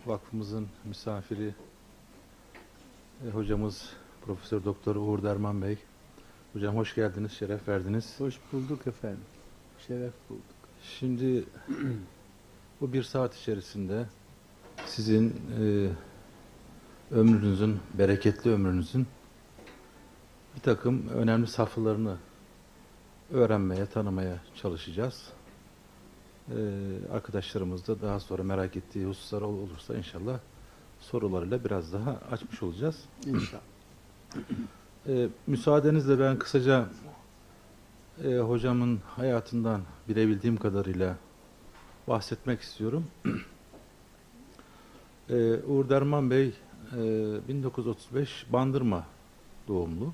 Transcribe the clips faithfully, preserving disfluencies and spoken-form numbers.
vakfımızın misafiri e, hocamız Profesör Doktor Uğur Derman Bey. Hocam hoş geldiniz, şeref verdiniz. Hoş bulduk efendim. Şeref bulduk. Şimdi bu bir saat içerisinde sizin e, ömrünüzün, bereketli ömrünüzün bir takım önemli safhalarını öğrenmeye, tanımaya çalışacağız. Ee, arkadaşlarımız da daha sonra merak ettiği hususlar olursa inşallah sorularıyla biraz daha açmış olacağız. İnşallah. Ee, müsaadenizle ben kısaca e, hocamın hayatından bilebildiğim kadarıyla bahsetmek istiyorum. ee, Uğur Derman Bey e, bin dokuz yüz otuz beş Bandırma doğumlu.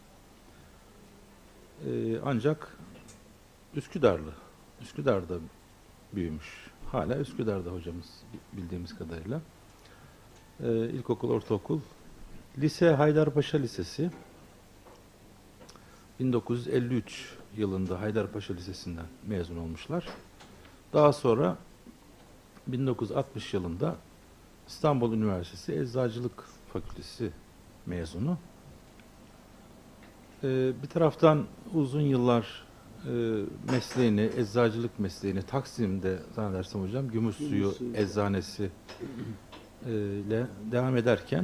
Ee, ancak Üsküdarlı. Üsküdar'da büyümüş. Hala Üsküdar'da hocamız bildiğimiz kadarıyla. Ee, ilkokul, ortaokul. Lise Haydarpaşa Lisesi. bin dokuz yüz elli üç yılında Haydarpaşa Lisesi'nden mezun olmuşlar. Daha sonra bin dokuz yüz altmış yılında İstanbul Üniversitesi Eczacılık Fakültesi mezunu. Ee, bir taraftan uzun yıllar e, mesleğini, eczacılık mesleğini Taksim'de zannedersem hocam Gümüşsuyu Gümüşsuyu. Eczanesi e, ile devam ederken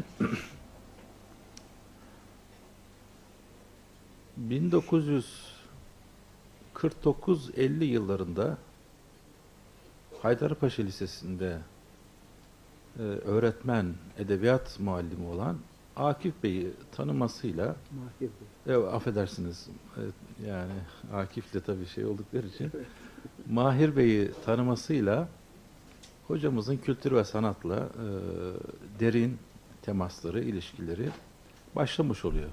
bin dokuz yüz kırk dokuz elli yıllarında Haydarpaşa Lisesi'nde e, öğretmen, edebiyat muallimi olan Akif Bey'i tanımasıyla, Mahir e, affedersiniz, e, yani Akif'le tabii şey oldukları için, Mahir Bey'i tanımasıyla hocamızın kültür ve sanatla e, derin temasları, ilişkileri başlamış oluyor.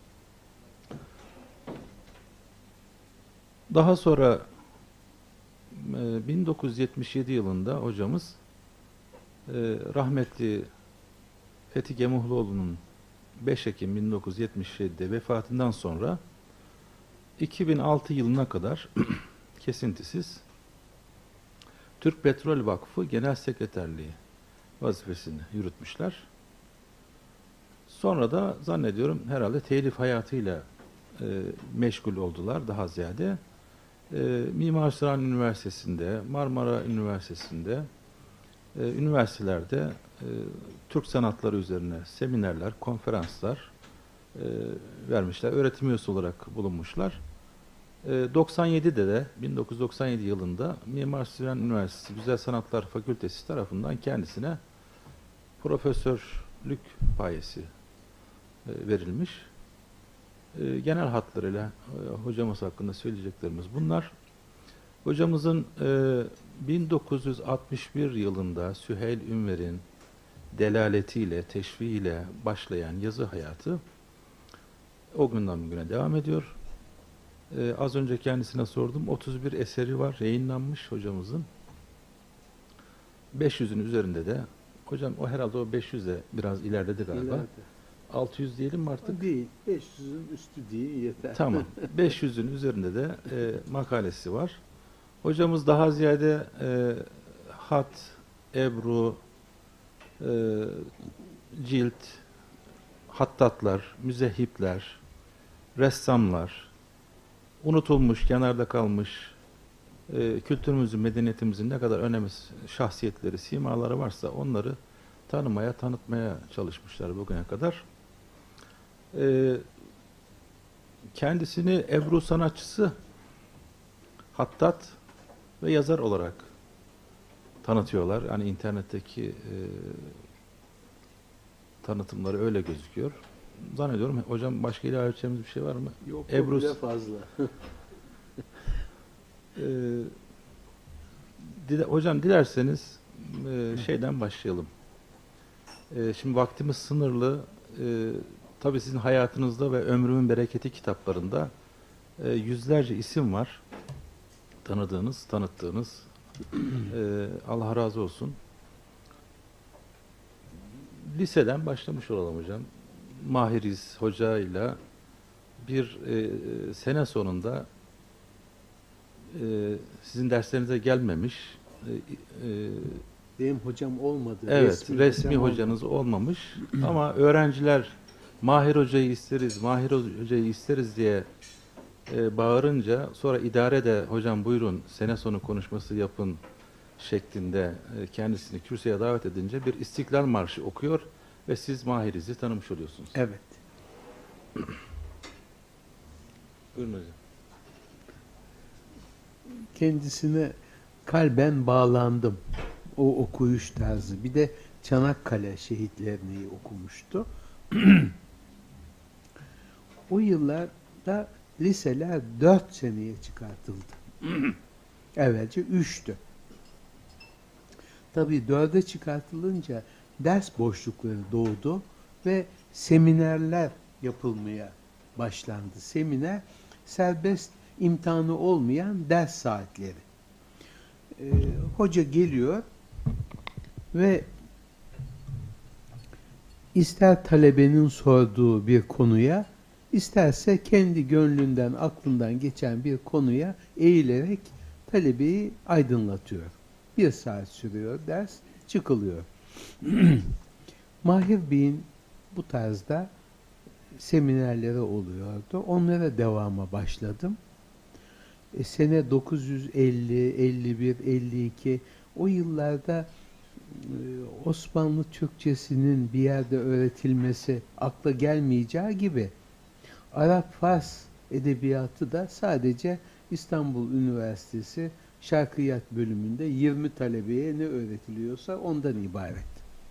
Daha sonra e, bin dokuz yüz yetmiş yedi yılında hocamız e, rahmetli Fethi Gemuhluoğlu'nun beş Ekim bin dokuz yüz yetmiş yedi'de vefatından sonra iki bin altı yılına kadar kesintisiz Türk Petrol Vakfı Genel Sekreterliği vazifesini yürütmüşler. Sonra da zannediyorum herhalde telif hayatıyla e, meşgul oldular daha ziyade. E, Mimar Sinan Üniversitesi'nde, Marmara Üniversitesi'nde, e, üniversitelerde e, Türk sanatları üzerine seminerler, konferanslar e, vermişler. Öğretim üyesi olarak bulunmuşlar. E, doksan yedi'de de bin dokuz yüz doksan yedi yılında Mimar Sinan Üniversitesi Güzel Sanatlar Fakültesi tarafından kendisine profesörlük payesi e, verilmiş. E, genel hatlarıyla e, hocamız hakkında söyleyeceklerimiz bunlar. Hocamızın e, bin dokuz yüz altmış bir yılında Süheyl Ünver'in delaletiyle, teşviğiyle başlayan yazı hayatı o günden bugüne devam ediyor. Ee, az önce kendisine sordum. otuz bir eseri var, yayınlanmış hocamızın. beş yüz'ün üzerinde de, hocam o herhalde o beş yüz'e biraz ilerledi galiba. İleride. altı yüz diyelim mi artık? O değil. beş yüz'ün üstü değil yeter. Tamam. beş yüz'ün üzerinde de e, makalesi var. Hocamız daha ziyade e, hat, ebru, e, cilt, hattatlar, müzehipler, ressamlar, unutulmuş, kenarda kalmış e, kültürümüzün, medeniyetimizin ne kadar önemli şahsiyetleri, simaları varsa onları tanımaya, tanıtmaya çalışmışlar bugüne kadar. E, kendisini Ebru sanatçısı, hattat ve yazar olarak tanıtıyorlar. Yani internetteki e, tanıtımları öyle gözüküyor. Zannediyorum hocam başka ilave edeceğimiz bir şey var mı? Yok Ebru, yok bile fazla. e, dile, hocam dilerseniz e, şeyden başlayalım. E, şimdi vaktimiz sınırlı. E, tabii sizin hayatınızda ve Ömrümün Bereketi kitaplarında e, yüzlerce isim var. Tanıdığınız, tanıttığınız. E, Allah razı olsun. Liseden başlamış olalım hocam. Mahiriz hocayla bir e, sene sonunda e, sizin derslerinize gelmemiş, e, e, Benim hocam olmadı. Evet, resmi, resmi, hocam hocanız olmamış ama öğrenciler Mahir Hoca'yı isteriz, Mahir Hoca'yı isteriz diye e, bağırınca sonra idare de hocam buyurun sene sonu konuşması yapın şeklinde e, kendisini kürsüye davet edince bir İstiklal Marşı okuyor ve siz Mahir'izi tanımış oluyorsunuz. Evet. Buyurun hocam. Kendisine kalben bağlandım. O okuyuş tarzı. Bir de Çanakkale şehitlerini okumuştu. O yıllarda liseler dört seneye çıkartıldı. Evvelce üçtü. Tabii dörde çıkartılınca ders boşlukları doğdu ve seminerler yapılmaya başlandı. Seminer, serbest imtihanı olmayan ders saatleri. Ee, hoca geliyor ve ister talebenin sorduğu bir konuya, isterse kendi gönlünden, aklından geçen bir konuya eğilerek talebeyi aydınlatıyor. Bir saat sürüyor ders, çıkılıyor. Mahir Bey'in bu tarzda seminerleri oluyordu. Onlara devama başladım. E, sene dokuz yüz elli, elli bir, elli iki o yıllarda e, Osmanlı Türkçesinin bir yerde öğretilmesi akla gelmeyeceği gibi Arap-Fars edebiyatı da sadece İstanbul Üniversitesi Şarkıyat bölümünde yirmi talebeye ne öğretiliyorsa ondan ibaret.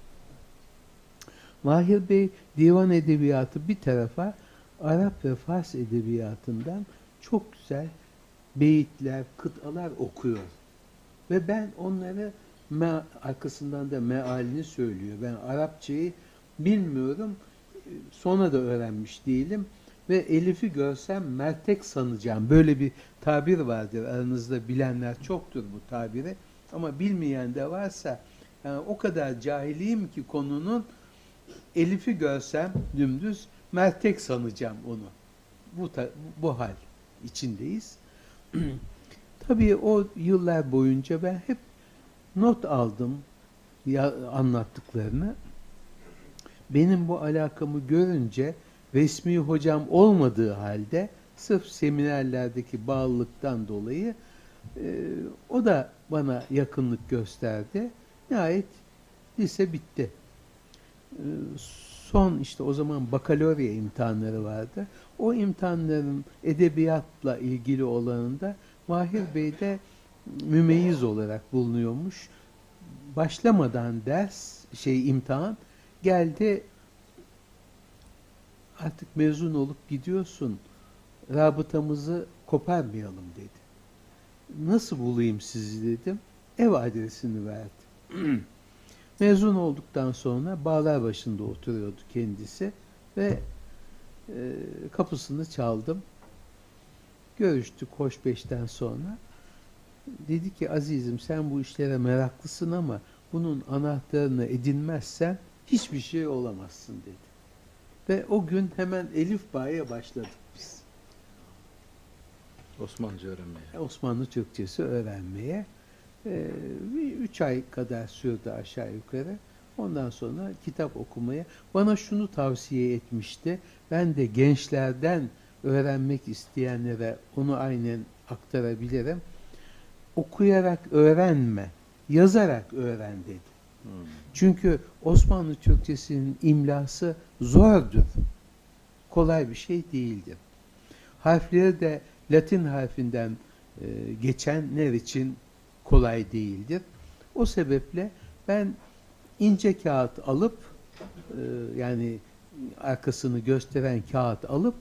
Mahir Bey divan edebiyatı bir tarafa, Arap ve Fars edebiyatından çok güzel beyitler, kıtalar okuyor. Ve ben onları me arkasından da mealini söylüyor. Ben Arapçayı bilmiyorum, sonra da öğrenmiş değilim ve Elif'i görsem mertek sanacağım. Böyle bir tabir vardır. Aranızda bilenler çoktur bu tabiri. Ama bilmeyen de varsa, yani o kadar cahiliyim ki konunun, Elif'i görsem dümdüz mertek sanacağım onu. Bu, bu hal içindeyiz. Tabii o yıllar boyunca ben hep not aldım ya, anlattıklarını. Benim bu alakamı görünce resmi hocam olmadığı halde sırf seminerlerdeki bağlılıktan dolayı e, o da bana yakınlık gösterdi. Nihayet lise bitti. E, son işte o zaman bakalorya imtihanları vardı. O imtihanların edebiyatla ilgili olanında Mahir Bey de mümeyyiz olarak bulunuyormuş. Başlamadan ders, şey imtihan geldi, artık mezun olup gidiyorsun, rabıtamızı koparmayalım dedi. Nasıl bulayım sizi dedim. Ev adresini verdi. Mezun olduktan sonra Bağlarbaşı'nda oturuyordu kendisi ve e, kapısını çaldım. Görüştük hoş beşten sonra. Dedi ki azizim sen bu işlere meraklısın ama bunun anahtarını edinmezsen hiçbir şey olamazsın dedi. Ve o gün hemen Elif Bağ'a başladık biz. Osmanlıca öğrenmeye. Osmanlı Türkçesi öğrenmeye. Ee, üç ay kadar sürdü aşağı yukarı. Ondan sonra kitap okumaya. Bana şunu tavsiye etmişti. Ben de gençlerden öğrenmek isteyenlere onu aynen aktarabilirim. Okuyarak öğrenme, yazarak öğren dedi. Hmm. Çünkü Osmanlı Türkçesinin imlası zordur. Kolay bir şey değildir. Harfleri de Latin harfinden e, geçenler için kolay değildir. O sebeple ben ince kağıt alıp e, yani arkasını gösteren kağıt alıp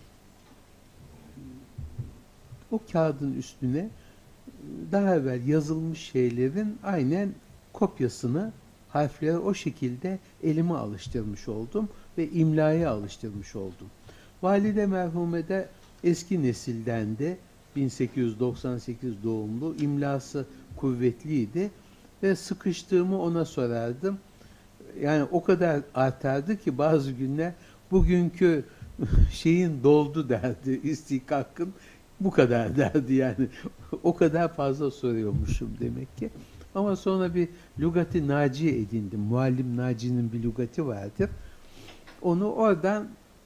o kağıdın üstüne daha evvel yazılmış şeylerin aynen kopyasını, harfleri o şekilde elime alıştırmış oldum ve imlaya alıştırmış oldum. Valide merhume de eski nesildendi. bin sekiz yüz doksan sekiz doğumlu, imlası kuvvetliydi ve sıkıştığımı ona sorardım. Yani o kadar artardı ki bazı günler bugünkü şeyin doldu derdi, istihkakın bu kadar derdi yani. O kadar fazla soruyormuşum demek ki. Ama sonra bir lügat-ı Naciye edindim. Muallim Naci'nin bir lügati vardır. Onu oradan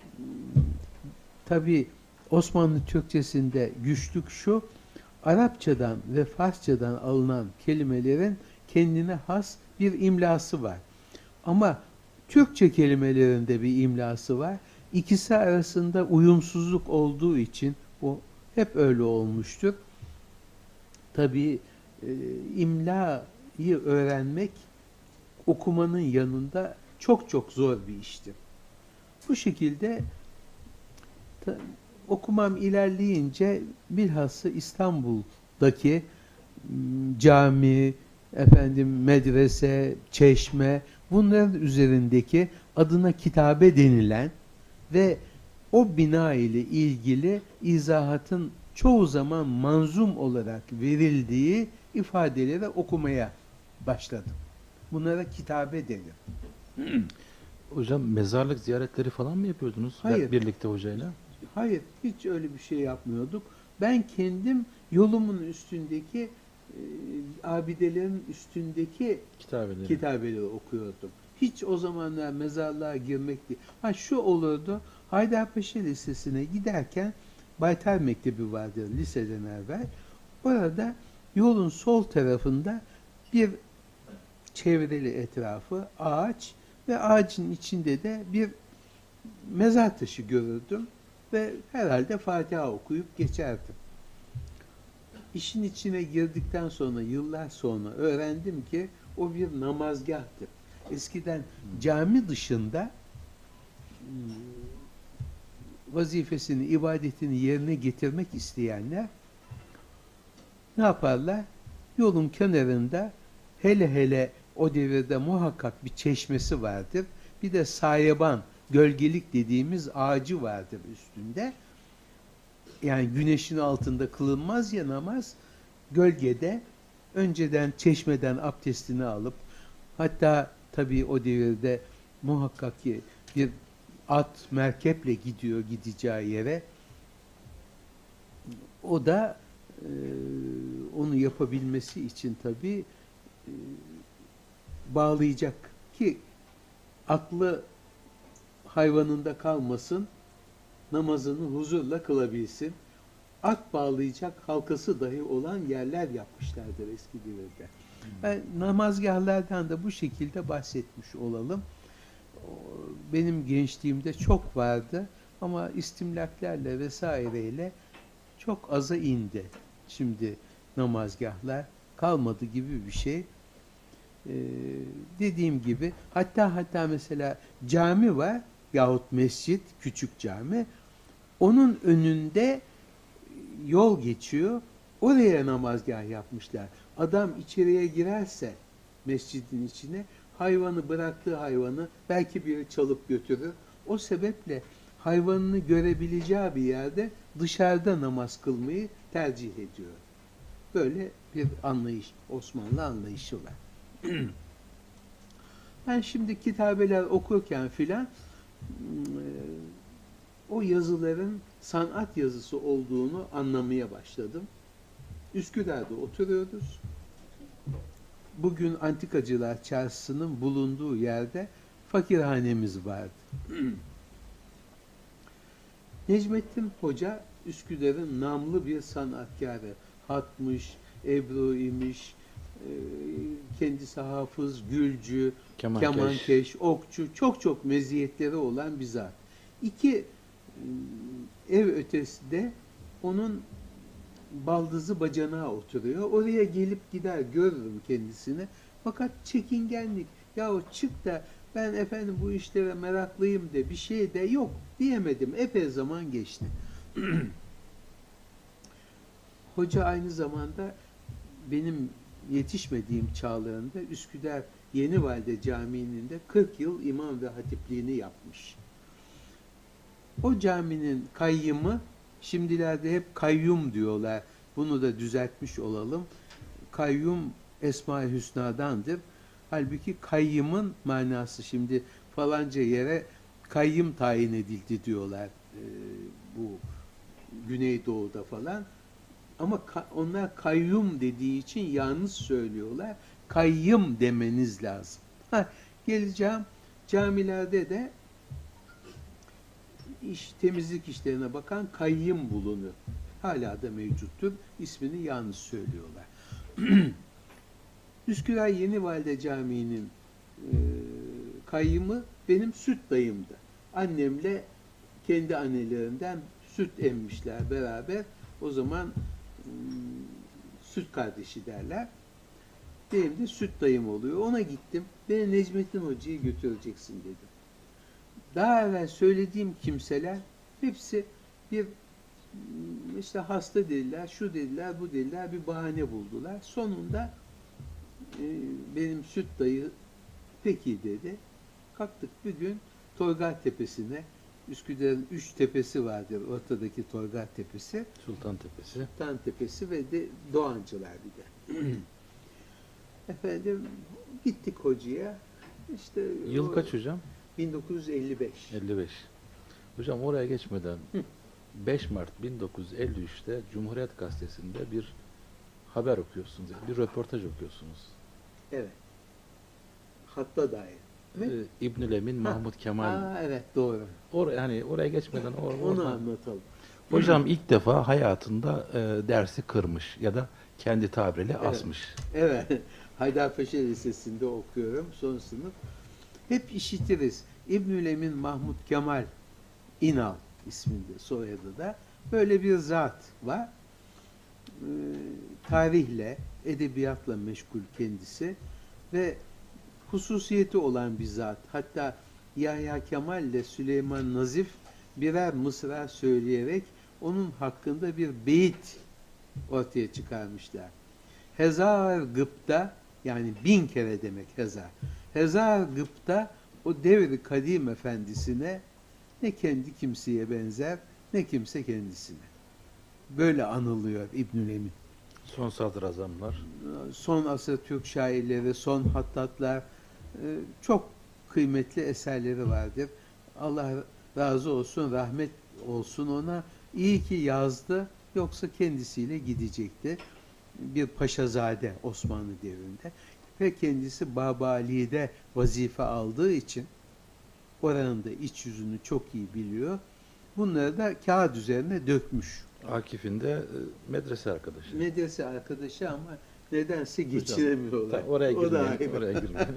tabii Osmanlı Türkçesinde güçlük şu, Arapçadan ve Farsçadan alınan kelimelerin kendine has bir imlası var. Ama Türkçe kelimelerinde bir imlası var. İkisi arasında uyumsuzluk olduğu için bu hep öyle olmuştur. Tabii e, imlayı öğrenmek okumanın yanında çok çok zor bir iştir. Bu şekilde ta, okumam ilerleyince bilhassa İstanbul'daki m, cami, efendim medrese, çeşme, bunların üzerindeki adına kitabe denilen ve o bina ile ilgili izahatın çoğu zaman manzum olarak verildiği ifadeleri okumaya başladım. Bunlara kitabe denir. Hocam mezarlık ziyaretleri falan mı yapıyordunuz? Hayır. Birlikte hocayla. Hayır, hiç öyle bir şey yapmıyorduk. Ben kendim yolumun üstündeki e, abidelerin üstündeki Kitabeleri. kitabeleri okuyordum. Hiç o zamanlar mezarlığa girmek değil. Ha şu olurdu, Haydarpaşa Lisesi'ne giderken Baytar Mektebi vardı liseden evvel. Orada yolun sol tarafında bir çevreli etrafı ağaç ve ağacın içinde de bir mezar taşı görürdüm ve herhalde Fatiha okuyup geçerdim. İşin içine girdikten sonra, yıllar sonra öğrendim ki o bir namazgahtır. Eskiden cami dışında vazifesini, ibadetini yerine getirmek isteyenler ne yaparlar? Yolun kenarında hele hele o devirde muhakkak bir çeşmesi vardır. Bir de sayeban, gölgelik dediğimiz ağacı vardır üstünde. Yani güneşin altında kılınmaz ya namaz, gölgede önceden çeşmeden abdestini alıp, hatta tabii o devirde muhakkak ki bir at merkeple gidiyor gideceği yere. O da e, onu yapabilmesi için tabii e, bağlayacak ki aklı hayvanında kalmasın, namazını huzurla kılabilsin. At bağlayacak halkası dahi olan yerler yapmışlardır eski devirde. Ben namazgahlardan da bu şekilde bahsetmiş olalım. Benim gençliğimde çok vardı ama istimlaklerle vesaireyle çok aza indi. Şimdi namazgahlar kalmadı gibi bir şey. Ee, dediğim gibi hatta hatta mesela cami var yahut mescit, küçük cami. Onun önünde yol geçiyor. Oraya namazgah yapmışlar. Adam içeriye girerse mescidin içine hayvanı bıraktığı hayvanı belki biri çalıp götürür. O sebeple hayvanını görebileceği bir yerde dışarıda namaz kılmayı tercih ediyor. Böyle bir anlayış, Osmanlı anlayışı var. Ben şimdi kitabeler okurken filan o yazıların sanat yazısı olduğunu anlamaya başladım. Üsküdar'da oturuyoruz. Bugün Antikacılar Çarşısı'nın bulunduğu yerde fakirhanemiz vardı. Necmettin Hoca Üsküdar'ın namlı bir sanatkarı. Hatmış, Ebru imiş, kendisi hafız, gülcü, Kemankeş. kemankeş, okçu, çok çok meziyetleri olan bir zat. İki ev ötesinde onun baldızı bacanağı oturuyor. Oraya gelip gider görürüm kendisini. Fakat çekingenlik, yahu çık da ben efendim bu işlere meraklıyım de bir şey de yok diyemedim. Epey zaman geçti. Hoca aynı zamanda benim yetişmediğim çağlarında Üsküdar Yenivalide Camii'nin de kırk yıl imam ve hatipliğini yapmış. O caminin kayyımı, şimdilerde hep kayyum diyorlar. Bunu da düzeltmiş olalım. Kayyum Esma-i Hüsna'dandır. Halbuki kayyımın manası şimdi falanca yere kayyım tayin edildi diyorlar e, bu Güneydoğu'da falan. Ama ka onlar kayyum dediği için yalnız söylüyorlar. kayyım demeniz lazım. Ha, geleceğim camilerde de iş temizlik işlerine bakan kayyım bulunur. Hala da mevcuttur. İsmini yanlış söylüyorlar. Üsküdar Yeni Valide Camii'nin e, kayyımı benim süt dayımdı. Annemle kendi annelerinden süt emmişler beraber. O zaman e, süt kardeşi derler. Benim de süt dayım oluyor. Ona gittim. Beni Necmettin Hoca'yı götüreceksin dedim. Daha evvel söylediğim kimseler hepsi bir işte hasta dediler, şu dediler, bu dediler, bir bahane buldular. Sonunda e, benim süt dayı peki dedi. Kalktık bir gün Toygar Tepesi'ne, Üsküdar'ın üç tepesi vardır, ortadaki Toygar Tepesi, Sultan Tepesi. Sultan Tepesi ve de Doğancılar bir de. Efendim gittik hocaya. İşte Yıl o kaç hocam? bin dokuz yüz elli beş. elli beş. Hocam oraya geçmeden beş Mart bin dokuz yüz elli üçte Cumhuriyet Gazetesi'nde bir haber okuyorsunuz, bir röportaj okuyorsunuz. Evet. Hatta dair. Evet. Ee, İbnül Emin, Mahmut Kemal. Aa, evet doğru. Oraya yani oraya geçmeden or, Onu oradan- anlatalım. hocam ilk defa hayatında e, dersi kırmış ya da kendi tabiriyle Evet. asmış. Evet. Haydarpaşa Lisesi'nde okuyorum. Son sınıf. Hep işitiriz. İbnül Emin Mahmut Kemal İnal isminde soyadı da. Böyle bir zat var. Ee, tarihle, edebiyatla meşgul kendisi ve hususiyeti olan bir zat. Hatta Yahya Kemal ile Süleyman Nazif birer mısra söyleyerek onun hakkında bir beyit ortaya çıkarmışlar. Hezar gıpta, yani bin kere demek hezar. Hezar gıpta o devri kadim efendisine ne kendi kimseye benzer ne kimse kendisine. Böyle anılıyor İbnül Emin. Son sadrazamlar. Son asır Türk şairleri, son hattatlar, e, çok kıymetli eserleri vardır. Allah razı olsun, rahmet olsun ona. İyi ki yazdı, yoksa kendisiyle gidecekti. Bir paşazade Osmanlı devrinde. Ve kendisi Babali'de vazife aldığı için oranın da iç yüzünü çok iyi biliyor. Bunları da kağıt üzerine dökmüş. Akif'in de e, medrese arkadaşı. Medrese arkadaşı ama nedense geçiremiyorlar. Tamam, oraya O da girmeyelim. ayrı. Oraya girmeyelim.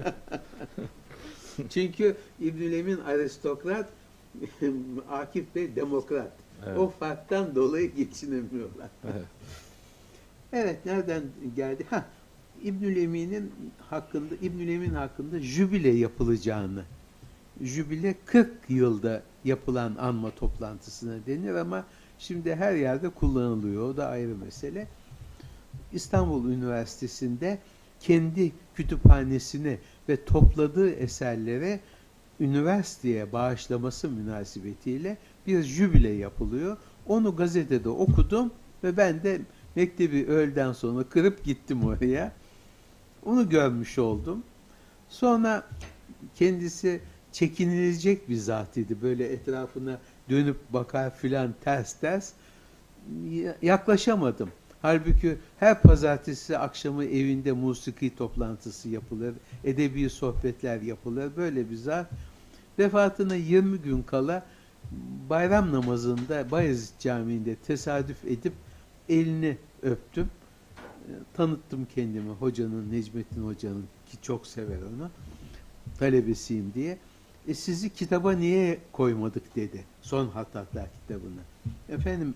Çünkü İbnül Emin aristokrat, Akif Bey demokrat. Evet. O farktan dolayı geçinemiyorlar. Evet. Evet, nereden geldi? Ha, İbnül Emin'in hakkında, İbnül Emin hakkında jübile yapılacağını, jübile kırk yılda yapılan anma toplantısına denir ama şimdi her yerde kullanılıyor. O da ayrı mesele. İstanbul Üniversitesi'nde kendi kütüphanesini ve topladığı eserlere üniversiteye bağışlaması münasebetiyle bir jübile yapılıyor. Onu gazetede okudum ve ben de mektebi öğleden sonra kırıp gittim oraya. Onu görmüş oldum. Sonra kendisi çekinilecek bir zat idi. Böyle etrafına dönüp bakar filan ters ters. Yaklaşamadım. Halbuki her pazartesi akşamı evinde musiki toplantısı yapılır, edebi sohbetler yapılır. Böyle bir zat. Vefatına yirmi gün kala bayram namazında Bayezid Camii'nde tesadüf edip elini öptüm. Tanıttım kendimi hocanın, Necmettin Hoca'nın, ki çok sever onu, talebesiyim diye. E sizi kitaba niye koymadık dedi. Son Hattatlar kitabını. Efendim,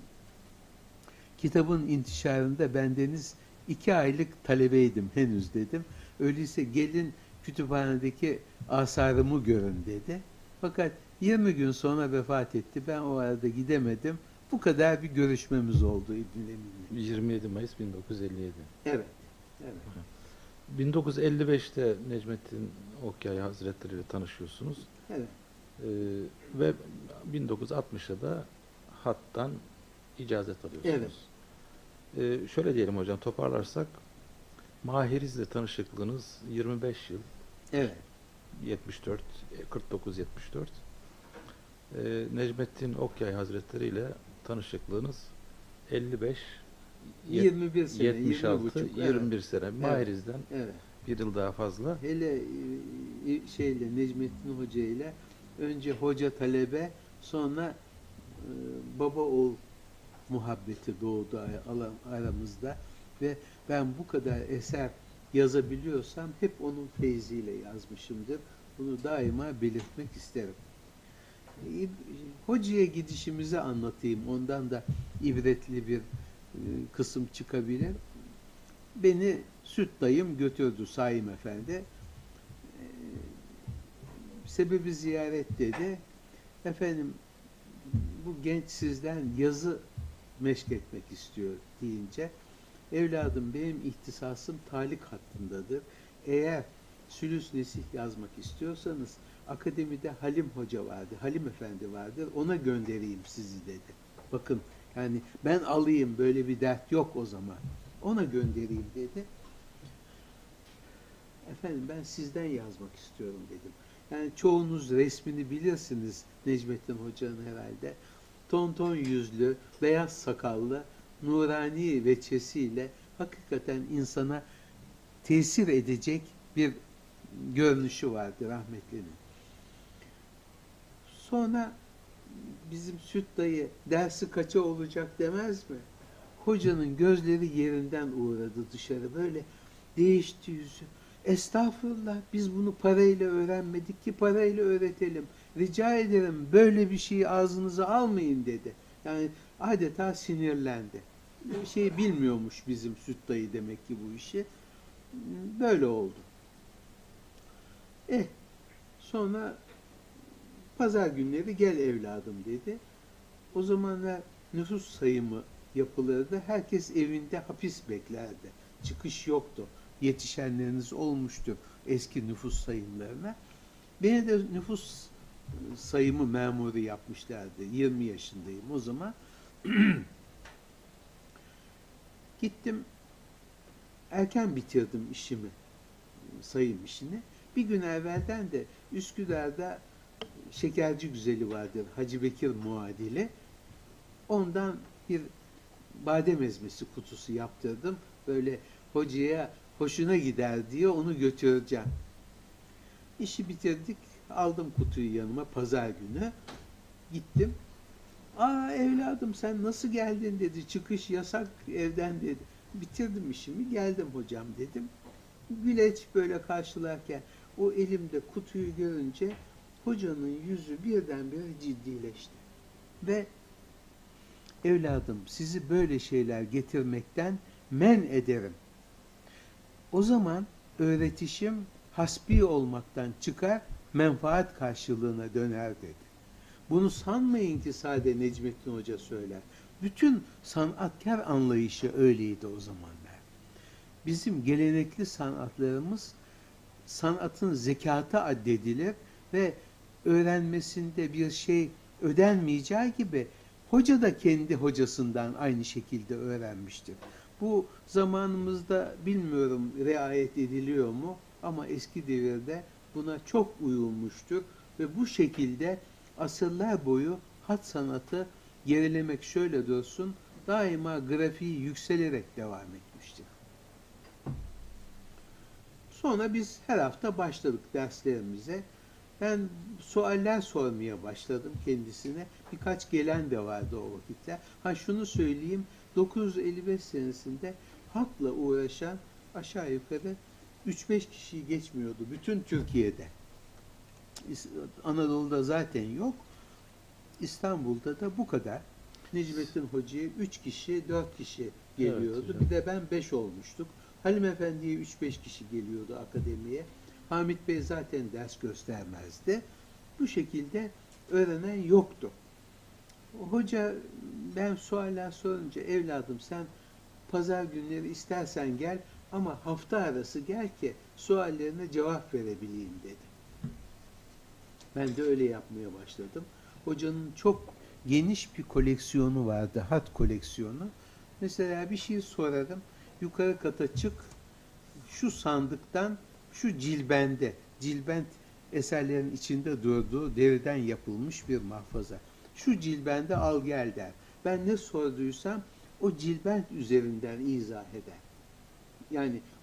kitabın intişarında bendeniz iki aylık talebeydim henüz dedim. Öyleyse gelin kütüphanedeki asarımı görün dedi. Fakat yirmi gün sonra vefat etti. Ben o arada gidemedim. Bu kadar bir görüşmemiz oldu İbnül Emin'le. yirmi yedi Mayıs bin dokuz yüz elli yedi. Evet. Evet. bin dokuz yüz elli beşte Necmettin Okyay Hazretleri ile tanışıyorsunuz. Evet. Ee, ve bin dokuz yüz altmışta da hattan icazet alıyorsunuz. Ee, şöyle diyelim hocam, toparlarsak Mahiriz'le tanışıklığınız yirmi beş yıl, Evet. yetmiş dört, kırk dokuz yetmiş dört. Ee, Necmettin Okyay Hazretleri ile tanışıklığınız elli beş, yirmi bir sene, yetmiş altı, yirmi buçuk, yirmi bir sene. Mahiriz'den Evet. Bir yıl daha fazla. Hele e, şeyle Necmettin Hoca ile önce hoca talebe, sonra e, baba oğul muhabbeti doğdu a- aramızda ve ben bu kadar eser yazabiliyorsam hep onun feyziyle yazmışımdır. Bunu daima belirtmek isterim. E, Hocaya gidişimizi anlatayım. Ondan da ibretli bir e, kısım çıkabilir. Beni süt dayım götürdü Saim Efendi. E, sebebi ziyaret dedi. Efendim, bu genç sizden yazı meşk etmek istiyor deyince, evladım benim ihtisasım talik hattındadır. Eğer sülüs nesih yazmak istiyorsanız akademide Halim Hoca vardı, Halim Efendi vardır, ona göndereyim sizi dedi. Bakın, yani ben alayım, böyle bir dert yok o zaman. Ona göndereyim dedi. Efendim, ben sizden yazmak istiyorum dedim. Yani çoğunuz resmini bilirsiniz Necmettin Hoca'nın herhalde. Tonton yüzlü, beyaz sakallı, nurani veçesiyle hakikaten insana tesir edecek bir görünüşü vardı rahmetlinin. Sonra bizim Süt dayı dersi kaça olacak demez mi? Hocanın gözleri yerinden uğradı dışarı, böyle değişti yüzü. Estağfurullah, biz bunu parayla öğrenmedik ki parayla öğretelim. Rica ederim böyle bir şeyi ağzınıza almayın dedi. Yani adeta sinirlendi. Bir şey bilmiyormuş bizim Süt dayı demek ki bu işi. Böyle oldu. Eh, sonra pazar günleri gel evladım dedi. O zamanlar nüfus sayımı yapılırdı. Herkes evinde hapis beklerdi. Çıkış yoktu. Yetişenleriniz olmuştur eski nüfus sayımlarına. Beni de nüfus sayımı memuru yapmışlardı. yirmi yaşındayım o zaman. Gittim, erken bitirdim işimi, sayım işini. Bir gün evvelden de Üsküdar'da şekerci güzeli vardır, Hacı Bekir muadili. Ondan bir badem ezmesi kutusu yaptırdım. Böyle hocaya hoşuna gider diye onu götüreceğim. İşi bitirdik. Aldım kutuyu yanıma pazar günü. Gittim. Aa evladım, sen nasıl geldin dedi. Çıkış yasak evden dedi. Bitirdim işimi, geldim hocam dedim. Güleç böyle karşılarken o elimde kutuyu görünce hocanın yüzü birdenbire ciddileşti. Ve evladım, sizi böyle şeyler getirmekten men ederim. O zaman öğretişim hasbi olmaktan çıkar, menfaat karşılığına döner dedi. Bunu sanmayın ki sade Necmettin Hoca söyler. Bütün sanatkar anlayışı öyleydi o zamanlar. Bizim gelenekli sanatlarımız sanatın zekatı addedilir ve öğrenmesinde bir şey ödenmeyeceği gibi hoca da kendi hocasından aynı şekilde öğrenmiştir. Bu zamanımızda bilmiyorum riayet ediliyor mu ama eski devirde buna çok uyulmuştur ve bu şekilde asırlar boyu hat sanatı gerilemek şöyle dursun daima grafiği yükselerek devam etmiştir. Sonra biz her hafta başladık derslerimize. Ben sualler sormaya başladım kendisine. Birkaç gelen de vardı o vakitler. Ha şunu söyleyeyim, dokuz yüz elli beş senesinde hakla uğraşan aşağı yukarı üç beş kişiyi geçmiyordu bütün Türkiye'de. Anadolu'da zaten yok. İstanbul'da da bu kadar. Necmettin Hoca'ya üç kişi, dört kişi geliyordu. Evet, bir de ben beş olmuştuk. Halim Efendi'ye üç beş kişi geliyordu akademiye. Hamit Bey zaten ders göstermezdi. Bu şekilde öğrenen yoktu. Hoca ben sualler sorunca evladım sen pazar günleri istersen gel ama hafta arası gel ki suallerine cevap verebileyim dedi. Ben de öyle yapmaya başladım. Hocanın çok geniş bir koleksiyonu vardı, hat koleksiyonu. Mesela bir şey sorarım, yukarı kata çık, şu sandıktan, şu cilbende, cilbent eserlerin içinde durduğu deriden yapılmış bir mahfaza. Şu cilbende al gel der. Ben ne sorduysam o cilbent üzerinden izah eder. Yani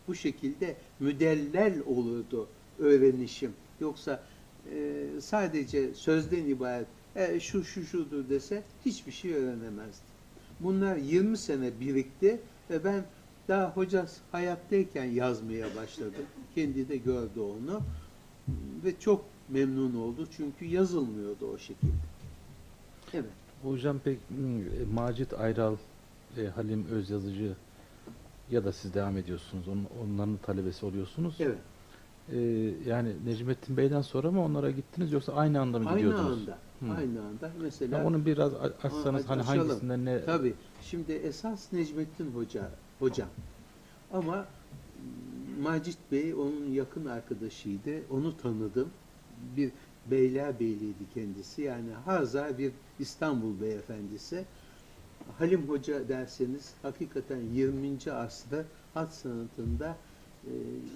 Bu şekilde müdellel olurdu öğrenişim. Yoksa e, sadece sözden ibaret e, şu şu şudur dese hiçbir şey öğrenemezdim. Bunlar yirmi sene birikti ve ben daha hoca hayattayken yazmaya başladım. Kendi de gördü onu ve çok memnun oldu çünkü yazılmıyordu o şekilde. Evet. Hocam pek hmm, Macit Ayral, e, Halim Özyazıcı ya da siz devam ediyorsunuz. Onun, onların talebesi oluyorsunuz. Evet. E, yani Necmettin Bey'den sonra mı onlara gittiniz yoksa aynı anda mı Aynı gidiyordunuz? anda. Hmm. Aynı anda. Mesela Ya onu biraz a- açsanız Aa, hani açalım. hangisinden ne? Tabii. Şimdi esas Necmettin Hoca, hocam. Ama m, Macit Bey onun yakın arkadaşıydı. Onu tanıdım. Bir Beylerbeyliydi kendisi. Yani haza bir İstanbul beyefendisi. Halim Hoca derseniz hakikaten yirminci asrı hat sanatında e,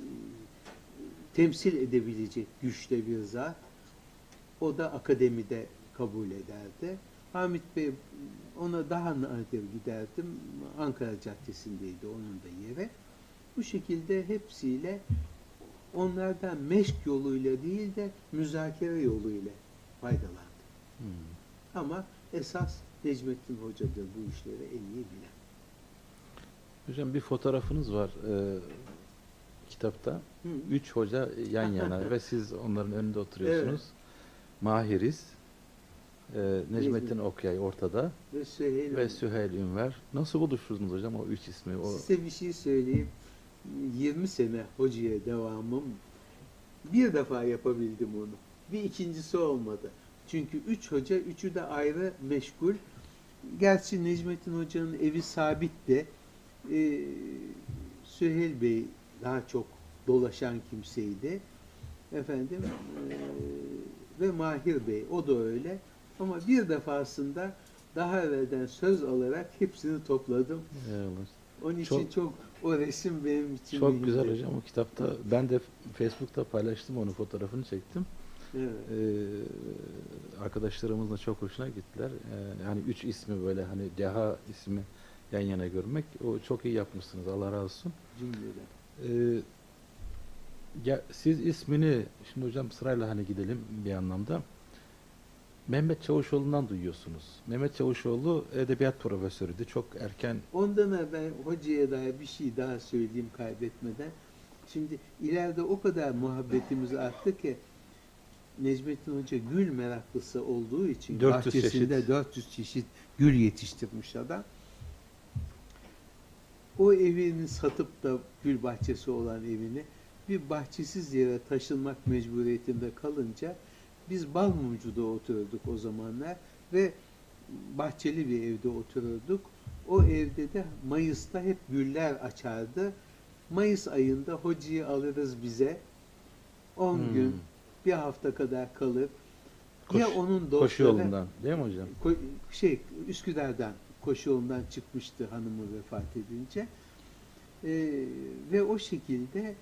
temsil edebilecek güçte bir zat. O da akademide kabul ederdi. Hamit Bey, ona daha nadir giderdim. Ankara Caddesi'ndeydi onun da yeri. Bu şekilde hepsiyle onlardan meşk yoluyla değil de müzakere yoluyla faydalandım. Hmm. Ama esas Necmettin Hoca'dır bu işleri en iyi bilen. Hocam bir fotoğrafınız var e, kitapta. Hı. Üç hoca yan yana ve siz onların önünde oturuyorsunuz. Mahiriz, e, Necmettin Okyay ortada Ve Süheyl ve Süheyl Ünver. Nasıl buluştunuz hocam o üç ismi? O... Size bir şey söyleyeyim. yirmi sene hocaya devamım. Bir defa yapabildim onu. Bir ikincisi olmadı. Çünkü üç hoca, üçü de ayrı meşgul. Gerçi Necmettin Hoca'nın evi sabitti. Ee, Süheyl Bey daha çok dolaşan kimseydi. Efendim ee, ve Mahir Bey, o da öyle. Ama bir defasında daha evvelden söz alarak hepsini topladım. Eyvallah. Onun için çok, çok o resim benim için Çok mühimdi. güzel hocam o kitapta. Ben de Facebook'ta paylaştım onu, fotoğrafını çektim. Evet. Ee, arkadaşlarımız da çok hoşuna gittiler. Ee, yani üç ismi böyle hani deha ismi yan yana görmek, o çok iyi yapmışsınız. Allah razı olsun. Cümleden. Ee, ya, siz ismini şimdi hocam sırayla hani gidelim bir anlamda. Mehmet Çavuşoğlu'ndan duyuyorsunuz. Mehmet Çavuşoğlu edebiyat profesörüydü. Çok erken. Ondan evvel hocaya dair bir şey daha söyleyeyim kaybetmeden. Şimdi ileride o kadar muhabbetimiz arttı ki Necmettin Hoca gül meraklısı olduğu için dört yüz bahçesinde çeşit. dört yüz çeşit gül yetiştirmiş adam. O evini satıp da gül bahçesi olan evini bir bahçesiz yere taşınmak mecburiyetinde kalınca biz Balmumcu'da otururduk o zamanlar ve bahçeli bir evde otururduk. O evde de Mayıs'ta hep güller açardı. Mayıs ayında hocayı alırız bize. on Hmm. gün, bir hafta kadar kalır. Koş- ya onun dostları, Koşu yolundan değil mi hocam? Ko- şey Üsküdar'dan, koşu yolundan çıkmıştı hanımı vefat edince. Ee, ve o şekilde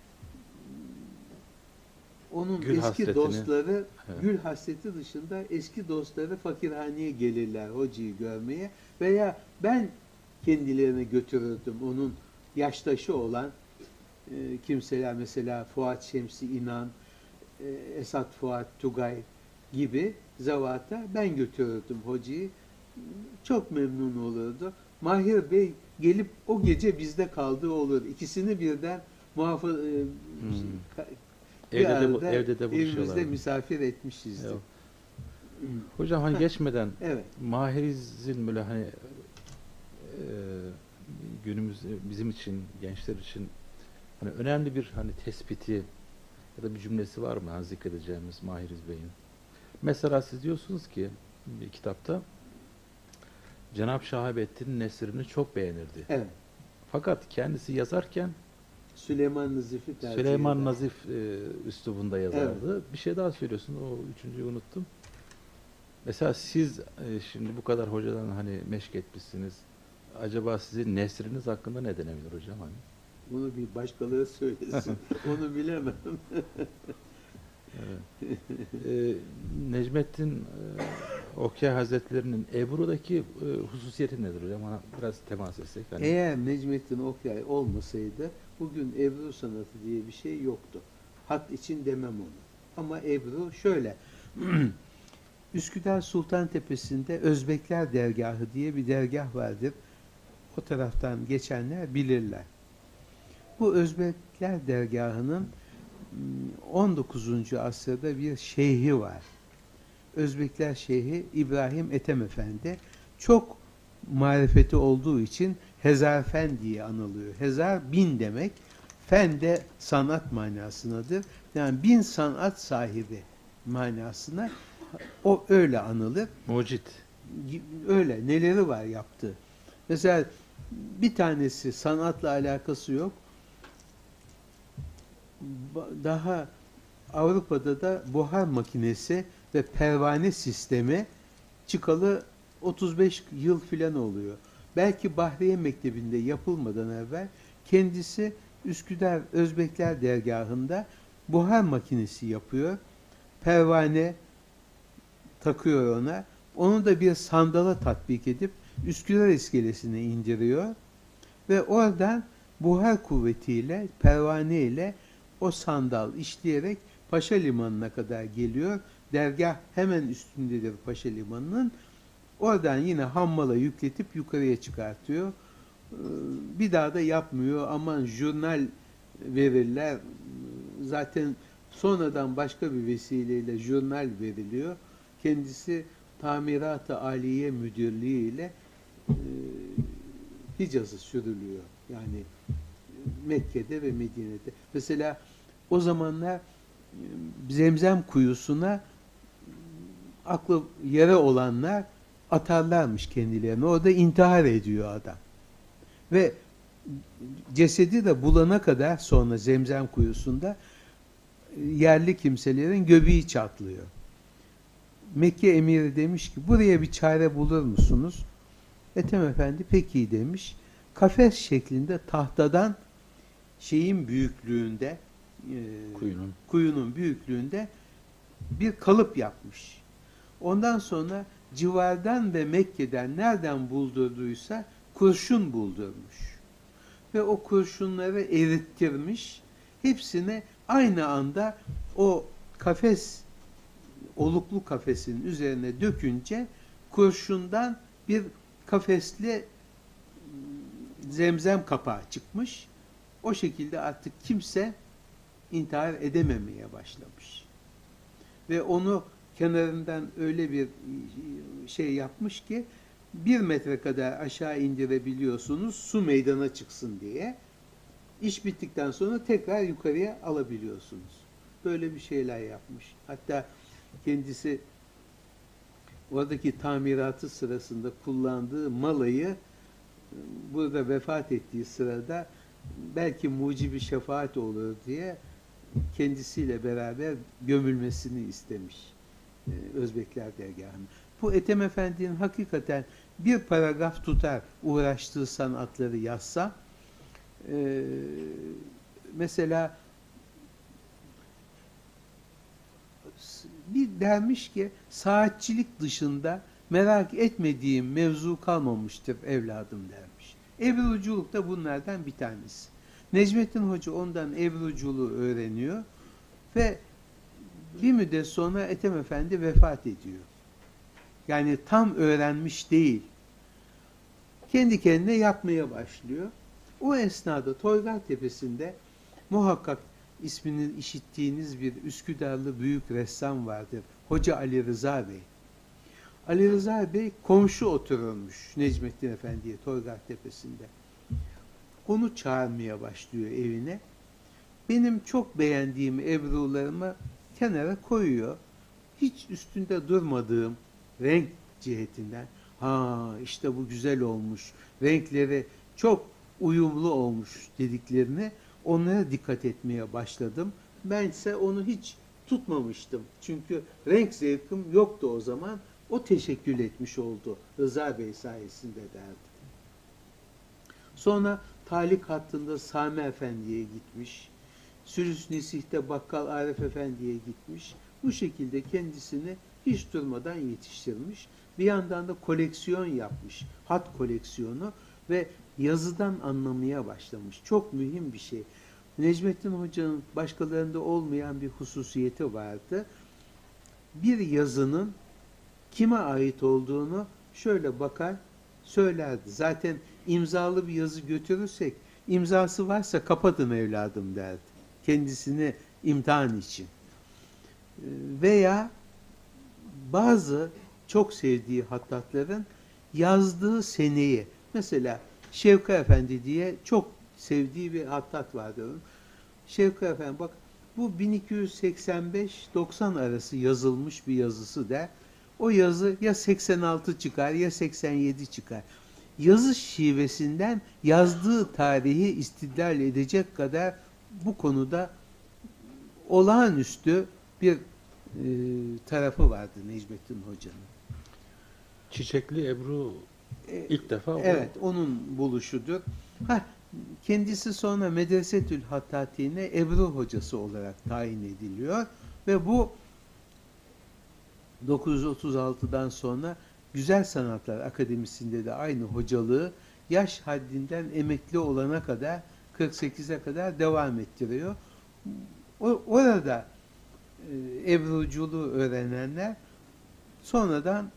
onun Gül eski hasretini. dostları, Evet. gül hasreti dışında eski dostları fakirhaneye gelirler hocayı görmeye veya ben kendilerine götürürdüm onun yaştaşı olan e, kimseler, mesela Fuat Şemsi İnan, e, Esat Fuat Tugay gibi zavata ben götürürdüm hocayı. Çok memnun olurdu. Mahir Bey gelip o gece bizde kaldığı olur. İkisini birden muhafaza e, Hmm. bir Evde de, bu- arada evde de evimizde buluşuyorlar. misafir etmişizdir. Evet. Hocam hani Heh. geçmeden Evet. Mahiriz'in böyle hani e, günümüz bizim için, gençler için hani önemli bir hani tespiti ya da bir cümlesi var mı hani zikredeceğimiz Mahiriz Bey'in? Mesela siz diyorsunuz ki bir kitapta Cenab-ı Şahabettin'in nesrini çok beğenirdi. Evet. Fakat kendisi yazarken Süleyman Nazif'i tercih Süleyman eder. Nazif e, üslubunda yazardı. Bir şey daha söylüyorsun. O üçüncüyü unuttum. Mesela siz e, şimdi bu kadar hocadan hani meşk etmişsiniz. Acaba sizin nesriniz hakkında ne denebilir hocam hani? Bunu bir başkaları söylesin. Onu bilemem. Evet. E, Necmettin e, Okyay Hazretleri'nin Ebru'daki e, hususiyeti nedir hocam? Bana biraz temas etsek. Hani. Eğer Necmettin Okyay olmasaydı Bugün Ebru sanatı diye bir şey yoktu. Hat için demem onu. Ama Ebru şöyle. Üsküdar Sultantepe'sinde Özbekler Dergahı diye bir dergah vardır. O taraftan geçenler bilirler. Bu Özbekler Dergahı'nın on dokuzuncu asırda bir şeyhi var. Özbekler Şeyhi İbrahim Ethem Efendi. Çok marifeti olduğu için Hezarfen diye anılıyor. Hezar bin demek. Fen de sanat manasındadır. Yani bin sanat sahibi manasına o öyle anılır. Mucit. Öyle. Neleri var yaptığı. Mesela bir tanesi sanatla alakası yok. Daha Avrupa'da da buhar makinesi ve pervane sistemi çıkalı otuz beş yıl filan oluyor. Belki Bahriye Mektebi'nde yapılmadan evvel kendisi Üsküdar Özbekler Dergahı'nda buhar makinesi yapıyor. Pervane takıyor ona. Onu da bir sandala tatbik edip Üsküdar iskelesine indiriyor. Ve oradan buhar kuvvetiyle, pervane ile o sandal işleyerek Paşa Limanı'na kadar geliyor. Dergah hemen üstündedir Paşa Limanı'nın. Oradan yine hammala yükletip yukarıya çıkartıyor. Bir daha da yapmıyor. Aman jurnal verirler. Zaten sonradan başka bir vesileyle jurnal veriliyor. Kendisi Tamirat-ı Aliye Müdürlüğü ile e, Hicaz'a sürülüyor. Yani Mekke'de ve Medine'de. Mesela o zamanlar Zemzem kuyusuna aklı yere olanlar atarlarmış kendilerini. Orada intihar ediyor adam. Ve cesedi de bulana kadar sonra Zemzem kuyusunda yerli kimselerin göbeği çatlıyor. Mekke emiri demiş ki buraya bir çare bulur musunuz? Ethem Efendi peki demiş. Kafes şeklinde tahtadan şeyin büyüklüğünde e, Kuyunun. kuyunun büyüklüğünde bir kalıp yapmış. Ondan sonra civardan ve Mekke'den nereden buldurduysa kurşun buldurmuş. Ve o kurşunları erittirmiş. Hepsini aynı anda o kafes, oluklu kafesin üzerine dökünce kurşundan bir kafesli zemzem kapağı çıkmış. O şekilde artık kimse intihar edememeye başlamış. Ve onu kenarından öyle bir şey yapmış ki bir metre kadar aşağı indirebiliyorsunuz su meydana çıksın diye. İş bittikten sonra tekrar yukarıya alabiliyorsunuz. Böyle bir şeyler yapmış. Hatta kendisi oradaki tamiratı sırasında kullandığı malayı burada vefat ettiği sırada belki mucibi şefaat olur diye kendisiyle beraber gömülmesini istemiş Özbekler Dergahı'nın. Bu Ethem Efendi'nin hakikaten bir paragraf tutar uğraştığı sanatları yazsa. Ee, mesela bir dermiş ki saatçilik dışında merak etmediğim mevzu kalmamıştır evladım dermiş. Ebruculuk da bunlardan bir tanesi. Necmettin Hoca ondan ebruculuğu öğreniyor ve bir müddet sonra Ethem Efendi vefat ediyor. Yani tam öğrenmiş değil. Kendi kendine yapmaya başlıyor. O esnada Toygar Tepesi'nde muhakkak ismini işittiğiniz bir Üsküdarlı büyük ressam vardır. Hoca Ali Rıza Bey. Ali Rıza Bey komşu otururmuş Necmettin Efendi'ye Toygar Tepesi'nde. Onu çağırmaya başlıyor evine. Benim çok beğendiğim ebrularımı kenara koyuyor. Hiç üstünde durmadığım renk cihetinden ha işte bu güzel olmuş, renkleri çok uyumlu olmuş dediklerini onlara dikkat etmeye başladım. Bense onu hiç tutmamıştım. Çünkü renk zevkim yoktu o zaman. O teşekkül etmiş oldu Rıza Bey sayesinde derdi. Sonra Talik hattında Sami Efendi'ye gitmiş. Sürüs Nesih'te Bakkal Arif Efendi'ye gitmiş. Bu şekilde kendisini hiç durmadan yetiştirmiş. Bir yandan da koleksiyon yapmış. Hat koleksiyonu ve yazıdan anlamaya başlamış. Çok mühim bir şey. Necmettin Hoca'nın başkalarında olmayan bir hususiyeti vardı. Bir yazının kime ait olduğunu şöyle bakar, söylerdi. Zaten imzalı bir yazı götürürsek, imzası varsa kapatın evladım derdi. Kendisini imtihan için. Veya bazı çok sevdiği hattatların yazdığı seneyi, mesela Şevki Efendi diye çok sevdiği bir hattat vardır onun. Şevki Efendi bak, bu bin iki yüz seksen beş doksan arası yazılmış bir yazısı der. O yazı ya seksen altı çıkar ya seksen yedi çıkar. Yazı şivesinden yazdığı tarihi istidlal edecek kadar bu konuda olağanüstü bir e, tarafı vardı Necmettin Hoca'nın. Çiçekli Ebru E, ilk defa evet, onun buluşudur. Ha, kendisi sonra Medresetül Hattati'ne Ebru hocası olarak tayin ediliyor ve bu dokuz yüz otuz altıdan sonra Güzel Sanatlar Akademisi'nde de aynı hocalığı yaş haddinden emekli olana kadar, kırk sekize kadar devam ettiriyor. O, orada e, Ebruculuğu öğrenenler sonradan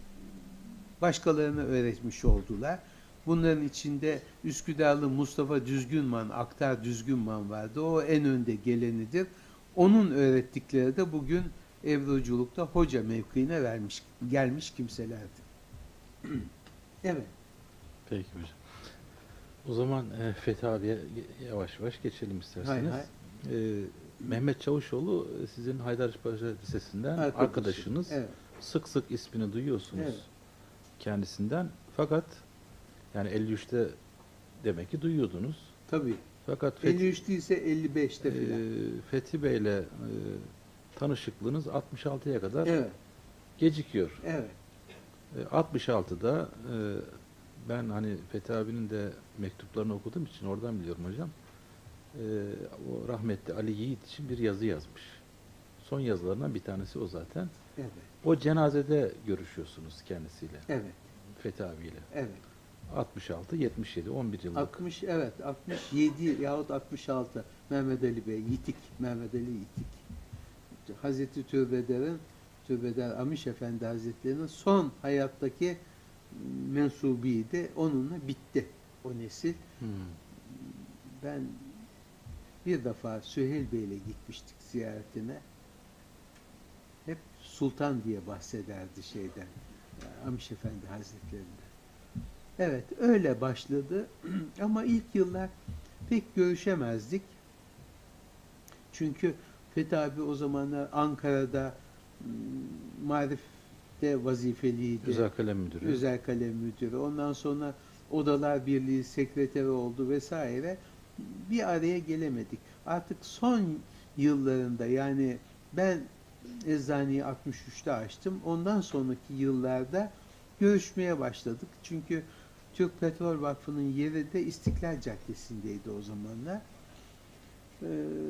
başkalarına öğretmiş oldular. Bunların içinde Üsküdarlı Mustafa Düzgünman, Aktar Düzgünman vardı. O en önde gelenidir. Onun öğrettikleri de bugün Ebruculukta hoca mevkiine vermiş, gelmiş kimselerdi. Evet. Peki hocam. O zaman e, Fethi abiye yavaş yavaş geçelim isterseniz. Hay hay. E, Mehmet Çavuşoğlu sizin Haydarpaşa Lisesi'nden Arkadaşım. arkadaşınız. Evet. Sık sık ismini duyuyorsunuz Evet. kendisinden. Fakat yani elli üçte demek ki duyuyordunuz. Tabii. Fakat Fethi, elli üç değilse elli beşte e, filan. Fethi Bey'le e, tanışıklığınız altmış altıya kadar Evet. gecikiyor. Evet. E, altmış altıda e, ben hani Fethi abinin de mektuplarını okuduğum için oradan biliyorum hocam. E, o rahmetli Ali Yiğit için bir yazı yazmış. Son yazılarından bir tanesi o zaten. Evet. O cenazede görüşüyorsunuz kendisiyle. Evet. Fethi abiyle. Evet. altmış altı yetmiş yedi on bir yıllık. altmış evet altmış yedi yahut altmış altı Mehmet Ali Bey Yitik Mehmet Ali Yitik. Hazreti Türbeder'in Türbeder Amiş Efendi Hazretleri'nin son hayattaki mensubiydi. Onunla bitti o nesil. Hmm. Ben bir defa Süheyl Bey'le gitmiştik ziyaretine. Hep Sultan diye bahsederdi şeyden. Amiş Efendi Hazretleri'nden. Evet, öyle başladı. Ama ilk yıllar pek görüşemezdik. Çünkü Fethi abi o zamanlar Ankara'da Marif'te vazifeliydi. Özel kalem müdürü. Özel kalem müdürü. Ondan sonra Odalar Birliği sekreteri oldu vesaire. Bir araya gelemedik. Artık son yıllarında, yani ben eczaneyi altmış üçte açtım. Ondan sonraki yıllarda görüşmeye başladık. Çünkü Türk Petrol Vakfı'nın yeri de İstiklal Caddesi'ndeydi o zamanlar. Ee,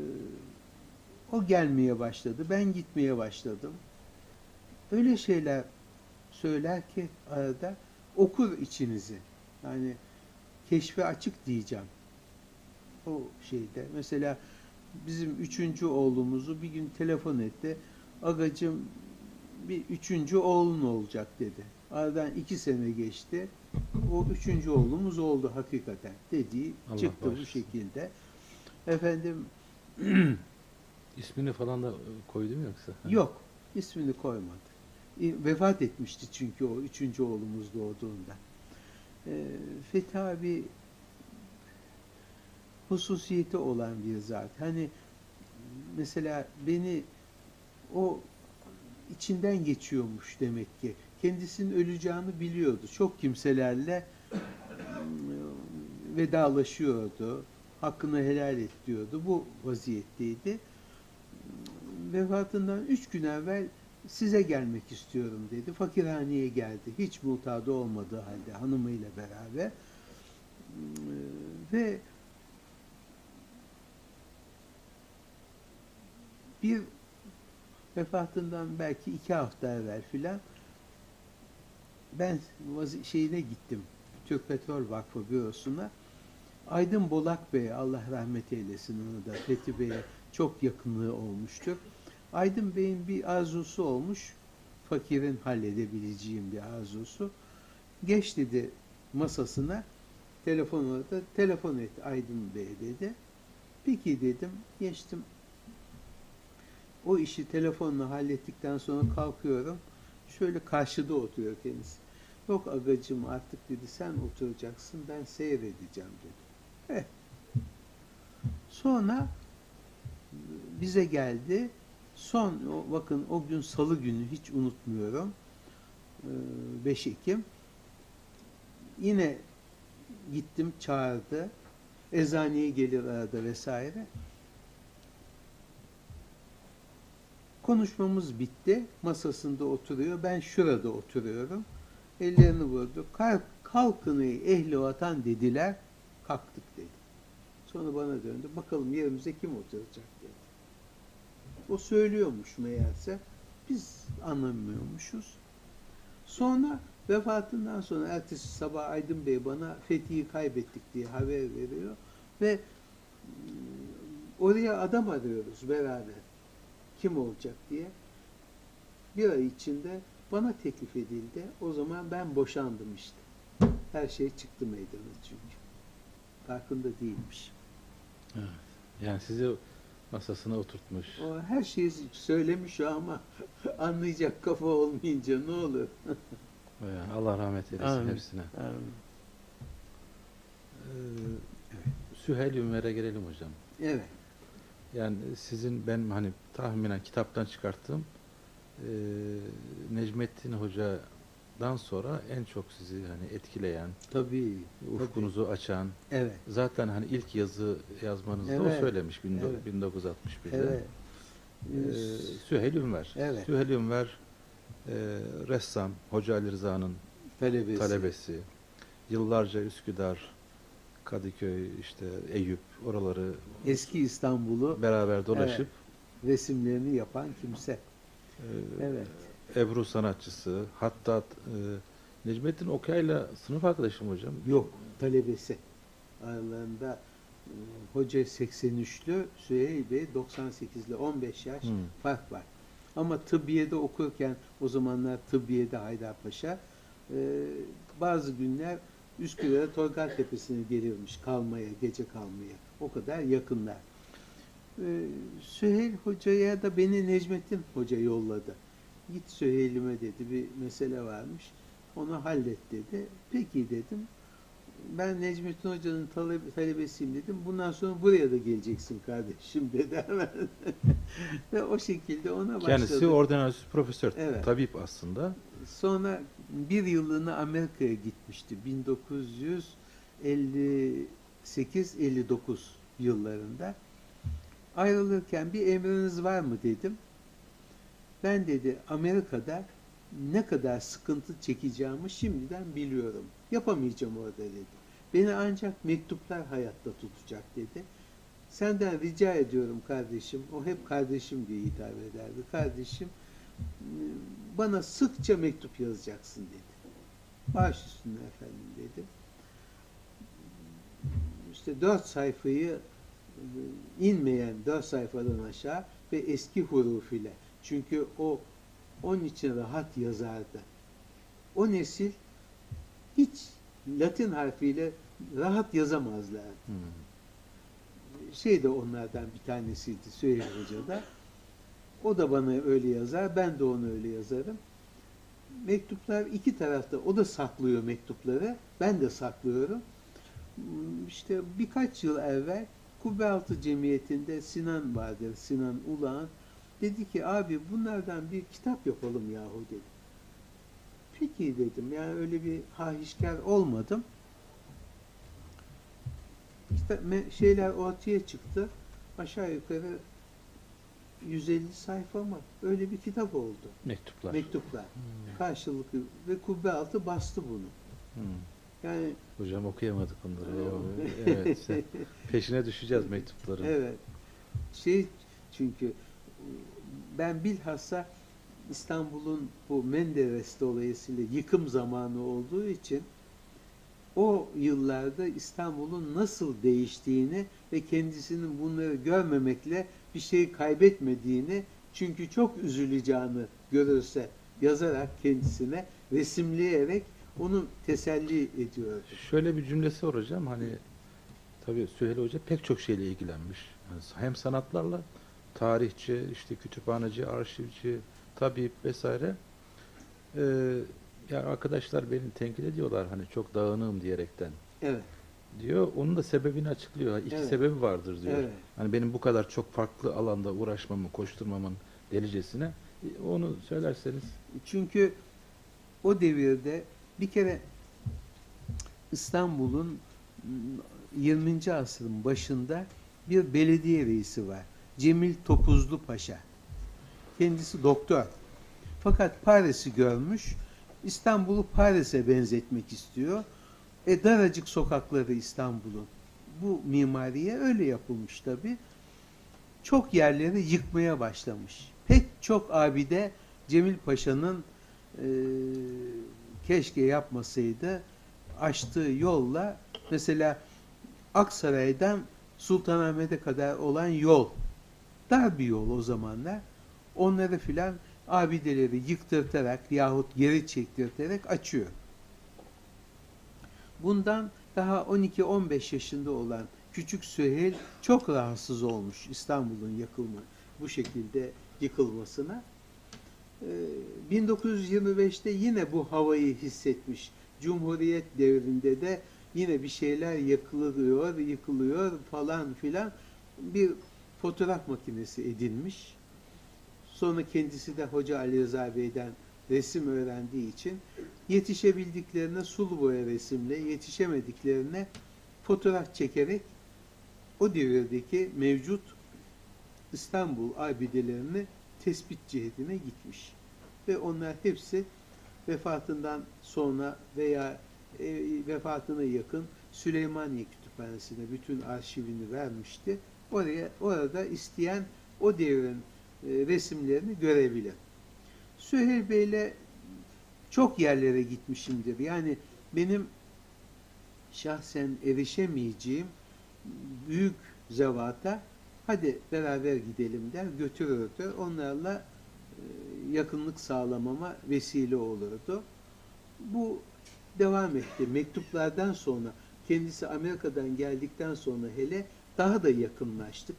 o gelmeye başladı. Ben gitmeye başladım. Öyle şeyler söyler ki arada okur içinizi. Yani keşfe açık diyeceğim. O şeyde. Mesela bizim üçüncü oğlumuzu bir gün telefon etti. Agacım bir üçüncü oğlun olacak dedi. Aradan iki sene geçti. O üçüncü oğlumuz oldu hakikaten dediği Allah çıktı bağışlasın. bu şekilde. Efendim İsmini falan da koydu mu yoksa? yok. ismini koymadı. Vefat etmişti çünkü o üçüncü oğlumuz doğduğunda. E, Fethi abi hususiyeti olan bir zat. Hani mesela beni o içinden geçiyormuş demek ki. Kendisinin öleceğini biliyordu. Çok kimselerle vedalaşıyordu. Hakkını helal et diyordu. Bu vaziyetteydi. Vefatından üç gün evvel size gelmek istiyorum dedi. Fakirhaneye geldi. Hiç muhtadı olmadığı halde hanımıyla beraber. Ve bir vefatından belki iki hafta evvel filan ben şeyine gittim. Türk Petrol Vakfı bürosuna. Aydın Bolak Bey, Allah rahmet eylesin onu da, Fethi Bey'e çok yakınlığı olmuştur. Aydın Bey'in bir arzusu olmuş, fakirin halledebileceğim bir arzusu. Geç dedi masasına, telefon orada, telefon et Aydın Bey dedi. Peki dedim, geçtim. O işi telefonla hallettikten sonra kalkıyorum. Şöyle karşıda oturuyor kendisi. Yok agacım artık dedi, sen oturacaksın, ben seyredeceğim dedi. Eh. Sonra bize geldi. Son, o, bakın o gün salı günü hiç unutmuyorum. beş Ekim. Yine gittim, çağırdı. Eczaneye gelir arada vesaire. Konuşmamız bitti. Masasında oturuyor. Ben şurada oturuyorum. Ellerini vurdu. Kalk, kalkın ey ehli vatan dediler. Kalktık dedi. Sonra bana döndü. Bakalım yerimize kim oturacak dedi. O söylüyormuş meğerse. Biz anlamıyormuşuz. Sonra vefatından sonra ertesi sabah Aydın Bey bana Fethi'yi kaybettik diye haber veriyor. Ve oraya adam arıyoruz beraber. Kim olacak diye. Bir ay içinde bana teklif edildi. O zaman ben boşandım işte. Her şey çıktı meydana çünkü. Farkında değilmiş. Evet. Yani sizi masasına oturtmuş. O her şeyi söylemiş ama anlayacak kafa olmayınca ne olur? Yani Allah rahmet eylesin Amin. hepsine. Amin. Ee, Süheyl Ünver'e gelelim hocam. Evet. Yani sizin, ben hani tahminen kitaptan çıkarttığım e, Necmettin Hoca'dan sonra en çok sizi hani etkileyen, Tabii. ufkunuzu açan, Evet. zaten hani ilk yazı yazmanızda Evet. o söylemiş bin- Evet. bin dokuz yüz altmış birde. Evet. Ee, Süheyl Ünver. Evet. Süheyl Ünver e, ressam, Hoca Ali Rıza'nın Talebesi. talebesi. Yıllarca Üsküdar, Kadıköy, işte Eyüp, oraları Eski İstanbul'u beraber dolaşıp resimlerini yapan kimse. e, Evet. Ebru sanatçısı, hatta e, Necmettin Okay'la sınıf arkadaşım hocam. Yok. Talebesi. Aralarında e, hoca seksen üçlü, Süheyl Bey doksan sekizli, on beş yaş Hı. fark var. Ama tıbbiyede okurken, o zamanlar tıbbiyede Haydarpaşa, e, bazı günler Üsküdar'a Torgal Tepesi'ne gelirmiş kalmaya, gece kalmaya. O kadar yakınlar. E, Süheyl Hoca'ya da beni Necmettin Hoca yolladı. Git Süheyl'ime dedi, bir mesele varmış. Onu hallet dedi. Peki dedim. Ben Necmettin Hoca'nın talebe, talebesiyim dedim. Bundan sonra buraya da geleceksin kardeşim dedi hemen. Ve o şekilde ona başladı. Kendisi ordinarius profesör, Evet. tabip aslında. Sonra bir yıllığına Amerika'ya gitmişti. bin dokuz yüz elli sekiz elli dokuz yıllarında. Ayrılırken bir emriniz var mı dedim. Ben dedi Amerika'da ne kadar sıkıntı çekeceğimi şimdiden biliyorum. Yapamayacağım orada dedi. Beni ancak mektuplar hayatta tutacak dedi. Senden rica ediyorum kardeşim, o hep kardeşim diye hitap ederdi. Kardeşim, bana sıkça mektup yazacaksın dedi. Baş üstüne efendim dedim. İşte dört sayfayı inmeyen dört sayfadan aşağı ve eski huruf ile. Çünkü o onun için rahat yazardı. O nesil hiç Latin harfiyle rahat yazamazlar. Hmm. Şey de onlardan bir tanesiydi Süheyl Hoca da. O da bana öyle yazar, ben de onu öyle yazarım. Mektuplar iki tarafta, o da saklıyor mektupları, ben de saklıyorum. İşte birkaç yıl evvel Kubbealtı Cemiyeti'nde Sinan vardır, Sinan Ulağan. Dedi ki abi bunlardan bir kitap yapalım yahu dedi. Peki dedim, yani öyle bir hahişkar olmadım. İşte şeyler ortaya çıktı. Aşağı yukarı yüz elli sayfa mı? Öyle bir kitap oldu. Mektuplar. Mektuplar. Hmm. Karşılıklı ve Kubbealtı bastı bunu. Hmm. Yani Hocam okuyamadık onları. Evet, işte peşine düşeceğiz mektupların. evet. Şey çünkü ben bilhassa İstanbul'un bu Menderes dolayısıyla yıkım zamanı olduğu için o yıllarda İstanbul'un nasıl değiştiğini ve kendisinin bunları görmemekle bir şey kaybetmediğini, çünkü çok üzüleceğini görürse yazarak, kendisine resimleyerek onu teselli ediyordu. Şöyle bir cümlesi var hocam, hani tabii Süheyl Hoca pek çok şeyle ilgilenmiş. Yani hem sanatlarla, tarihçi, işte kütüphaneci, arşivci, tabip vesaire. Ee, yani arkadaşlar beni tenkit ediyorlar hani çok dağınığım diyerekten Evet, diyor. Onun da sebebini açıklıyor. İki Evet. sebebi vardır diyor. evet. Hani benim bu kadar çok farklı alanda uğraşmamın, koşturmamın delicesine onu söylerseniz. Çünkü o devirde bir kere İstanbul'un yirminci asrın başında bir belediye reisi var. Cemil Topuzlu Paşa. Kendisi doktor. Fakat Paris'i görmüş, İstanbul'u Paris'e benzetmek istiyor. E daracık sokakları İstanbul'un. Bu mimariye öyle yapılmış tabii. Çok yerleri yıkmaya başlamış. Pek çok abide Cemil Paşa'nın e, keşke yapmasaydı, açtığı yolla, mesela Aksaray'dan Sultanahmet'e kadar olan yol, dar bir yol o zamanlar, onları filan abideleri yıktırtarak yahut geri çektirterek açıyor. Bundan daha on iki on beş yaşında olan küçük Süheyl çok rahatsız olmuş İstanbul'un yakılma, bu şekilde yıkılmasına. Ee, bin dokuz yüz yirmi beşte yine bu havayı hissetmiş. Cumhuriyet devrinde de yine bir şeyler yakılıyor, yıkılıyor falan filan. Bir fotoğraf makinesi edinmiş. Sonra kendisi de Hoca Ali Rıza Bey'den resim öğrendiği için yetişebildiklerine sulu boya resimle, yetişemediklerine fotoğraf çekerek o devirdeki mevcut İstanbul abidelerini tespit cihetine gitmiş. Ve onlar hepsi vefatından sonra veya e, vefatına yakın Süleymaniye Kütüphanesi'ne bütün arşivini vermişti. Oraya, orada isteyen o devrin e, resimlerini görebilir. Süheyl Bey'le çok yerlere gitmişimdir. Yani benim şahsen erişemeyeceğim büyük zevata hadi beraber gidelim der, götürürdü. Onlarla e, yakınlık sağlamama vesile olurdu. Bu devam etti. Mektuplardan sonra, kendisi Amerika'dan geldikten sonra hele daha da yakınlaştık.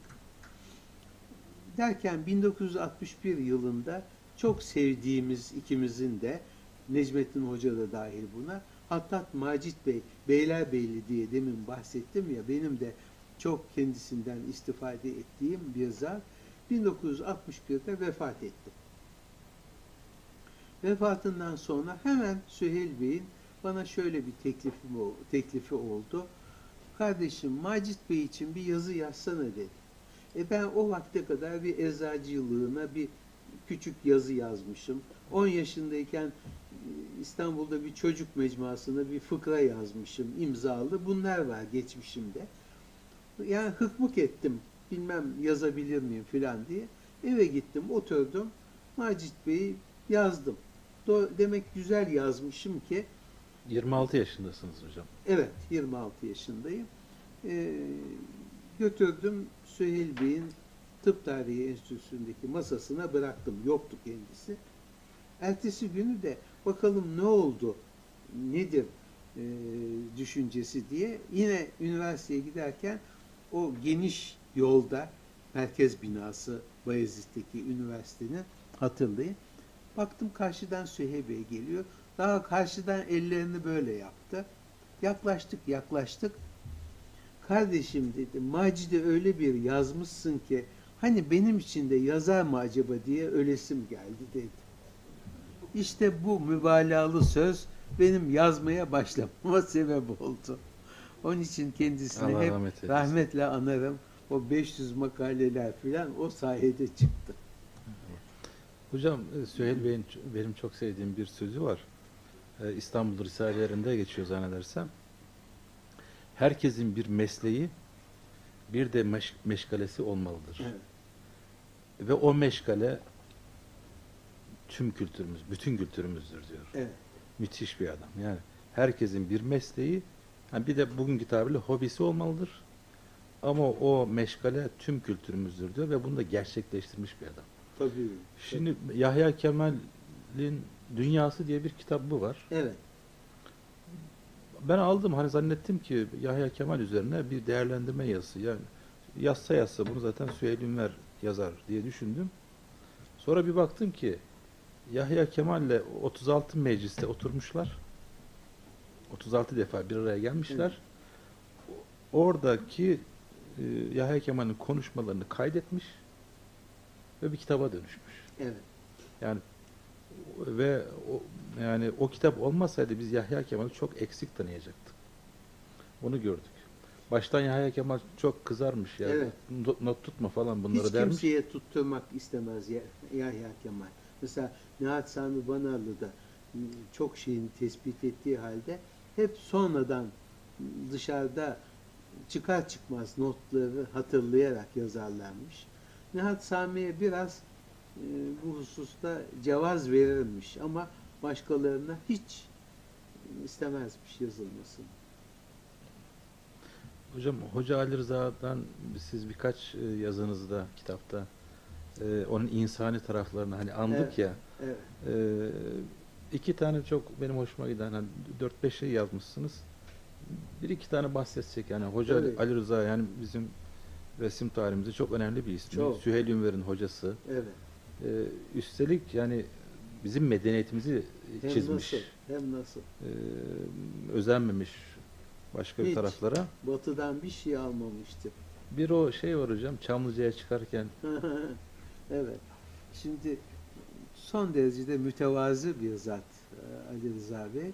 Derken bin dokuz yüz altmış bir yılında çok sevdiğimiz ikimizin de, Necmettin Hoca da dahil buna, Hattat Macit Bey, Beylerbeyli diye demin bahsettim ya, benim de çok kendisinden istifade ettiğim bir zat, bin dokuz yüz altmış birde vefat etti. Vefatından sonra hemen Süheyl Bey'in bana şöyle bir teklifi, teklifi oldu. Kardeşim, Macit Bey için bir yazı yazsana dedi. E ben o vakte kadar bir eczacılığına bir küçük yazı yazmışım. on yaşındayken İstanbul'da bir çocuk mecmuasına bir fıkra yazmışım, imzalı. Bunlar var geçmişimde. Yani hıkmık ettim, bilmem yazabilir miyim filan diye. Eve gittim, oturdum. Macit Bey'i yazdım. Demek güzel yazmışım ki. yirmi altı yaşındasınız hocam. Evet, yirmi altı yaşındayım. Ee, götürdüm Süheyl Bey'in Tıp Tarihi Enstitüsü'ndeki masasına bıraktım. Yoktu kendisi. Ertesi günü de bakalım ne oldu, nedir e, düşüncesi diye yine üniversiteye giderken o geniş yolda, merkez binası Bayezid'deki üniversitenin, hatırlayın. Baktım karşıdan Süheyl Bey geliyor. Daha karşıdan ellerini böyle yaptı. Yaklaştık yaklaştık. Kardeşim dedi, Macide öyle bir yazmışsın ki hani benim için de yazar mı acaba diye ölesim geldi dedi. İşte bu mübalağalı söz benim yazmaya başlamama sebep oldu. Onun için kendisini Allah hep rahmet eylesin. rahmetle anarım. O beş yüz makaleler filan o sayede çıktı. Hocam Süheyl Bey'in benim çok sevdiğim bir sözü var. Ee, İstanbul Risalelerinde geçiyor zannedersem. Herkesin bir mesleği, bir de meş meşgalesi olmalıdır. Evet. Ve o meşgale tüm kültürümüz, bütün kültürümüzdür diyor. Evet. Müthiş bir adam. Yani herkesin bir mesleği, Yani bir de bugün tabirle hobisi olmalıdır. Ama o meşgale tüm kültürümüzdür diyor ve bunu da gerçekleştirmiş bir adam. Tabii. Şimdi Yahya Kemal'in Dünyası diye bir kitabı var. Evet. Ben aldım, hani zannettim ki Yahya Kemal üzerine bir değerlendirme yazısı. Yani yazsa yazsa bunu zaten Süheyl Ünver yazar diye düşündüm. Sonra bir baktım ki Yahya Kemal'le otuz altı mecliste oturmuşlar. otuz altı defa bir araya gelmişler. Oradaki e, Yahya Kemal'in konuşmalarını kaydetmiş ve bir kitaba dönüşmüş. Evet. Yani ve o, yani o kitap olmasaydı biz Yahya Kemal'i çok eksik tanıyacaktık. Onu gördük. Baştan Yahya Kemal çok kızarmış ya. Evet. Not, not tutma falan bunları Hiç dermiş. kimseye tutturmak istemez ya- Yahya Kemal. Mesela Nihat Sami Banarlı da m, çok şeyini tespit ettiği halde hep sonradan m, dışarıda çıkar çıkmaz notları hatırlayarak yazarlarmış. Nihat Sami'ye biraz e, bu hususta cevaz verirmiş ama başkalarına hiç istemezmiş yazılmasını. Hocam Hoca Ali Rıza'dan siz birkaç e, yazınızda kitapta e, onun insani taraflarını hani andık Evet. ya. Evet. E, iki tane çok benim hoşuma giden hani dört beş şey yazmışsınız. Bir iki tane bahsedecek yani Hoca Ali, Evet. Ali Rıza yani bizim resim tarihimizde çok önemli bir ismi. Çok. Süheyl Ünver'in hocası. Evet. E, üstelik yani bizim medeniyetimizi Hem çizmiş. nasıl? Hem nasıl? E, özenmemiş başka bir Hiç. taraflara. Batı'dan bir şey almamıştı. Bir o şey var hocam, Çamlıca'ya çıkarken Evet. Şimdi son derecede mütevazı bir zat e, Ali Rıza Bey.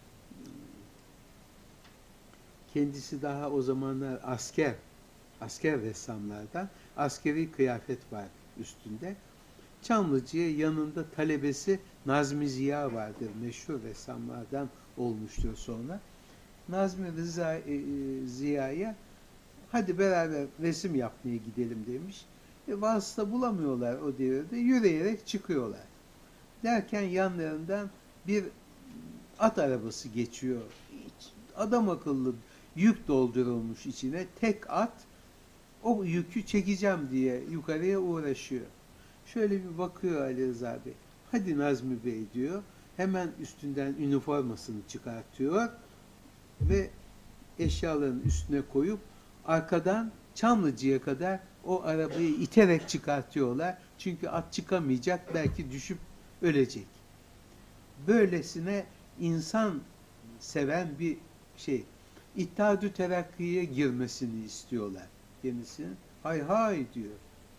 Kendisi daha o zamanlar asker, asker ressamlardan askeri kıyafet var üstünde. Çamlıca'ya yanında talebesi Nazmi Ziya vardır. Meşhur ressamlardan olmuştur sonra. Nazmi Rıza e, e, Ziya'ya hadi beraber resim yapmaya gidelim demiş. E, vasıta bulamıyorlar o devirde. Yürüyerek çıkıyorlar. Derken yanlarından bir at arabası geçiyor. Hiç adam akıllı yük doldurulmuş içine. Tek at o yükü çekeceğim diye yukarıya uğraşıyor. Şöyle bir bakıyor Ali Rıza Bey. Hadi Nazmi Bey diyor. Hemen üstünden üniformasını çıkartıyor ve eşyalarını üstüne koyup arkadan Çamlıca'ya kadar o arabayı iterek çıkartıyorlar. Çünkü at çıkamayacak, belki düşüp ölecek. Böylesine insan seven bir şey. İttihad-ı Terakki'ye girmesini istiyorlar kendisinin. Hay hay diyor.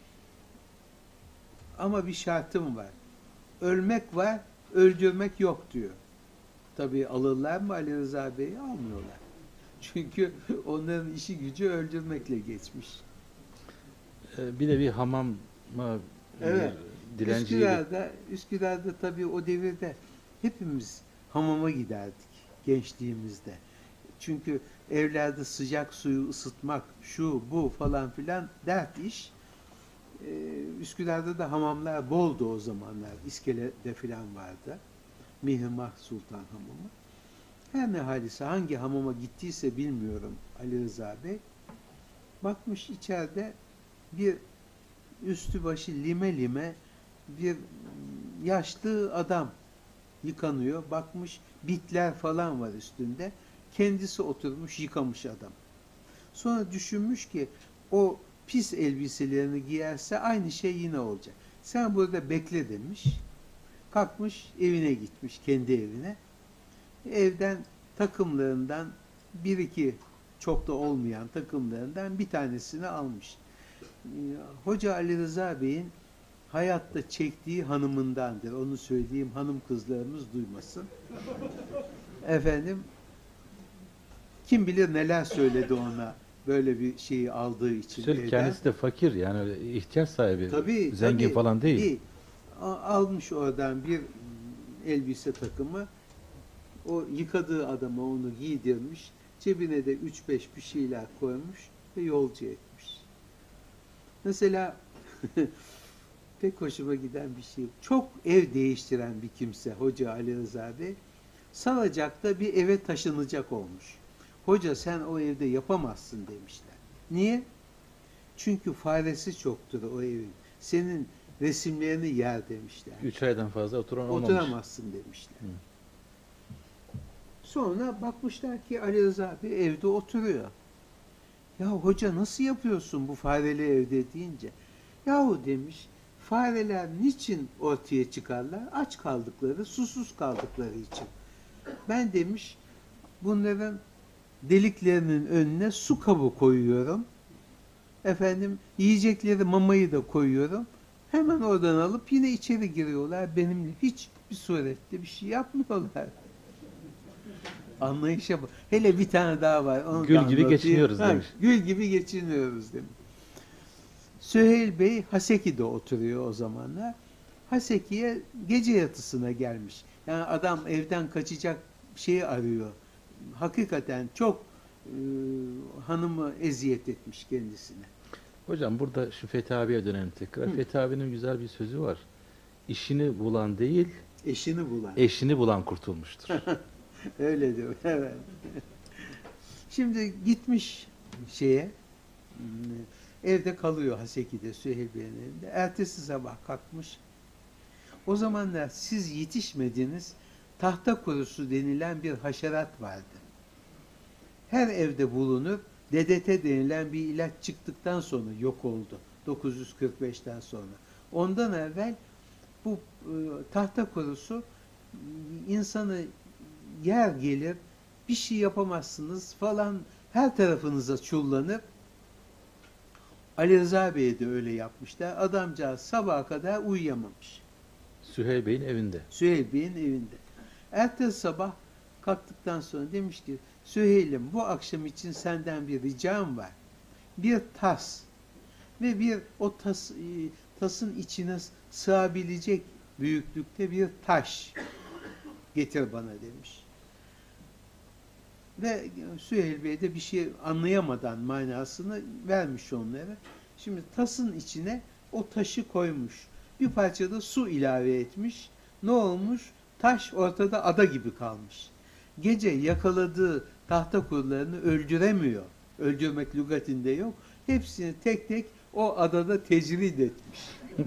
Ama bir şartım var. Ölmek var, öldürmek yok diyor. Tabii alırlar mı Ali Rıza Bey'i? Almıyorlar. Çünkü onların işi gücü öldürmekle geçmiş. e, bir de bir hamama Evet. bir dilenciye Üsküdar'da, Üsküdar'da tabii o devirde hepimiz hamama giderdik gençliğimizde. Çünkü evlerde sıcak suyu ısıtmak, şu bu falan filan dert iş. Ee, Üsküdar'da da hamamlar boldu o zamanlar. İskele'de filan vardı. Mihrimah Sultan Hamamı. Her ne halise hangi hamama gittiyse bilmiyorum Ali Rıza Bey. Bakmış içeride bir üstü başı lime lime bir yaşlı adam yıkanıyor. Bakmış bitler falan var üstünde. Kendisi oturmuş yıkamış adam. Sonra düşünmüş ki o pis elbiselerini giyerse aynı şey yine olacak. Sen burada bekle demiş. Kalkmış evine gitmiş, kendi evine. Evden takımlarından bir iki çok da olmayan takımlarından bir tanesini almış. Hoca Ali Rıza Bey'in hayatta çektiği hanımındandır. Onu söyleyeyim, hanım kızlarımız duymasın. Efendim, kim bilir neler söyledi ona böyle bir şeyi aldığı için. Üstelik evden. kendisi de fakir yani öyle ihtiyaç sahibi. Tabii, Zengin tabii, falan değil. değil. A- Almış oradan bir elbise takımı. O yıkadığı adama onu giydirmiş. Cebine de üç beş bir şeyler koymuş ve yolcu etmiş. Mesela pek hoşuma giden bir şey. Çok ev değiştiren bir kimse Hoca Ali Rıza Bey. Salacak'ta bir eve taşınacak olmuş. Hoca sen o evde yapamazsın demişler. Niye? Çünkü faresi çoktur o evin. Senin resimlerini yer demişler. Üç aydan fazla oturan olmamış. Oturamazsın demişler. Hı. Sonra bakmışlar ki Ali Rıza Bey evde oturuyor. Ya hoca nasıl yapıyorsun bu fareli evde deyince. Yahu demiş, fareler niçin ortaya çıkarlar? Aç kaldıkları, susuz kaldıkları için. Ben demiş, bunların deliklerinin önüne su kabı koyuyorum. Efendim, yiyecekleri mamayı da koyuyorum. Hemen oradan alıp yine içeri giriyorlar. Benimle hiçbir surette bir şey yapmıyorlar. Anlayışa bak. Hele bir tane daha var. Onu da Gül gibi anlatayım. geçiniyoruz Ha, demiş. Gül gibi geçiniyoruz demiş. Süheyl Bey Haseki'de oturuyor o zamanlar. Haseki'ye gece yatısına gelmiş. Yani adam evden kaçacak şeyi arıyor. Hakikaten çok e, hanımı eziyet etmiş kendisine. Hocam burada şu Fethi abiye dönelim tekrar. Hı. Fethi abinin güzel bir sözü var. İşini bulan değil, Eşini bulan. eşini bulan kurtulmuştur. Öyle diyor. Evet. Şimdi gitmiş şeye, evde kalıyor Haseki'de, Süheyl Bey'in evinde. Ertesi sabah kalkmış. O zamanlar siz yetişmediğiniz tahta kurusu denilen bir haşerat vardı. Her evde bulunur. D D T denilen bir ilaç çıktıktan sonra yok oldu. dokuz yüz kırk beşten sonra. Ondan evvel bu e, tahta kurusu insanı yer gelir, bir şey yapamazsınız falan, her tarafınıza çullanır. Ali Rıza Bey de öyle yapmışlar. Adamcağız sabaha kadar uyuyamamış. Süheyl Bey'in evinde. Süheyl Bey'in evinde. Ertesi sabah kalktıktan sonra demiş ki, Süheyl'im bu akşam için senden bir ricam var. Bir tas ve bir o tas, tasın içine sığabilecek büyüklükte bir taş getir bana demiş. Ve Süheyl Bey de bir şey anlayamadan manasını vermiş onlara. Şimdi tasın içine o taşı koymuş. Bir parça da su ilave etmiş. Ne olmuş? Taş ortada ada gibi kalmış. Gece yakaladığı tahta kurularını öldüremiyor. Öldürmek lügatinde yok. Hepsini tek tek o adada tecrid etmiş.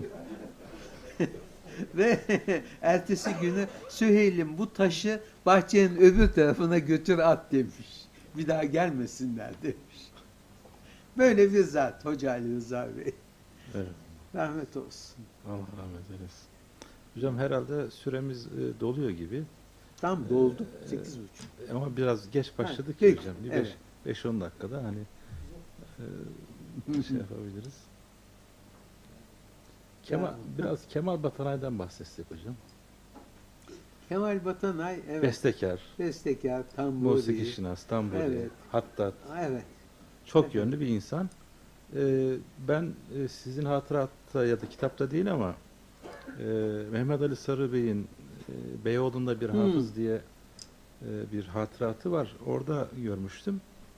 Ve ertesi günü Süheyl'im bu taşı bahçenin öbür tarafına götür at demiş. Bir daha gelmesinler demiş. Böyle bir zat Hoca Ali Rıza Bey. Evet. Rahmet olsun. Allah rahmet eylesin. Hocam herhalde süremiz e, doluyor gibi. Tam doldu. Sekiz buçuk. Ama biraz geç başladık Ha, ya peki, hocam. Bir evet. beş on dakikada hani e, şey yapabiliriz. Kemal, Ya. biraz Kemal Batanay'dan bahsetsek hocam. Kemal Batanay, evet. Bestekar, Bestekar, tamburi. musikişinas, tamburi, Evet. hattat, Evet. çok Evet. yönlü bir insan. Ee, ben e, sizin hatıratta ya da kitapta değil ama e, Mehmet Ali Sarı Bey'in e, Beyoğlu'nda bir Hmm. hafız diye e, bir hatıratı var. Orada görmüştüm.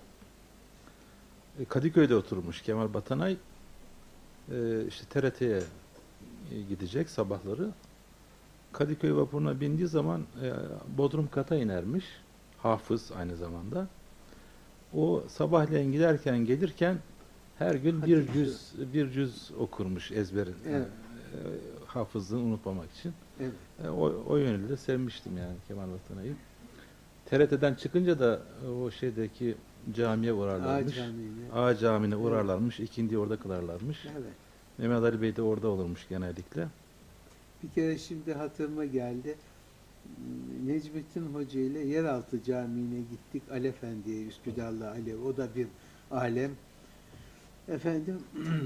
E, Kadıköy'de oturmuş Kemal Batanay. E, işte T R T'ye gidecek sabahları. Kadıköy vapuruna bindiği zaman e, Bodrum kata inermiş. Hafız aynı zamanda. O sabahleyin giderken gelirken her gün bir cüz bir cüz okurmuş ezberin. Evet. E, hafızlığını unutmamak için. Evet. E, o, o yönüyle de sevmiştim yani Kemal Batanay'ı. T R T'den çıkınca da o şeydeki camiye uğrarlarmış. Ağa Camii'ne. Ağa Camii'ne Evet. uğrarlarmış. İkindiyi orada kılarlarmış. Evet. Mehmet Ali Bey de orada olurmuş genellikle. Bir kere şimdi hatırıma geldi. Necmettin Hoca ile Yeraltı Camii'ne gittik. Alefendi'ye, Üsküdar'la Alev. O da bir alem. Efendim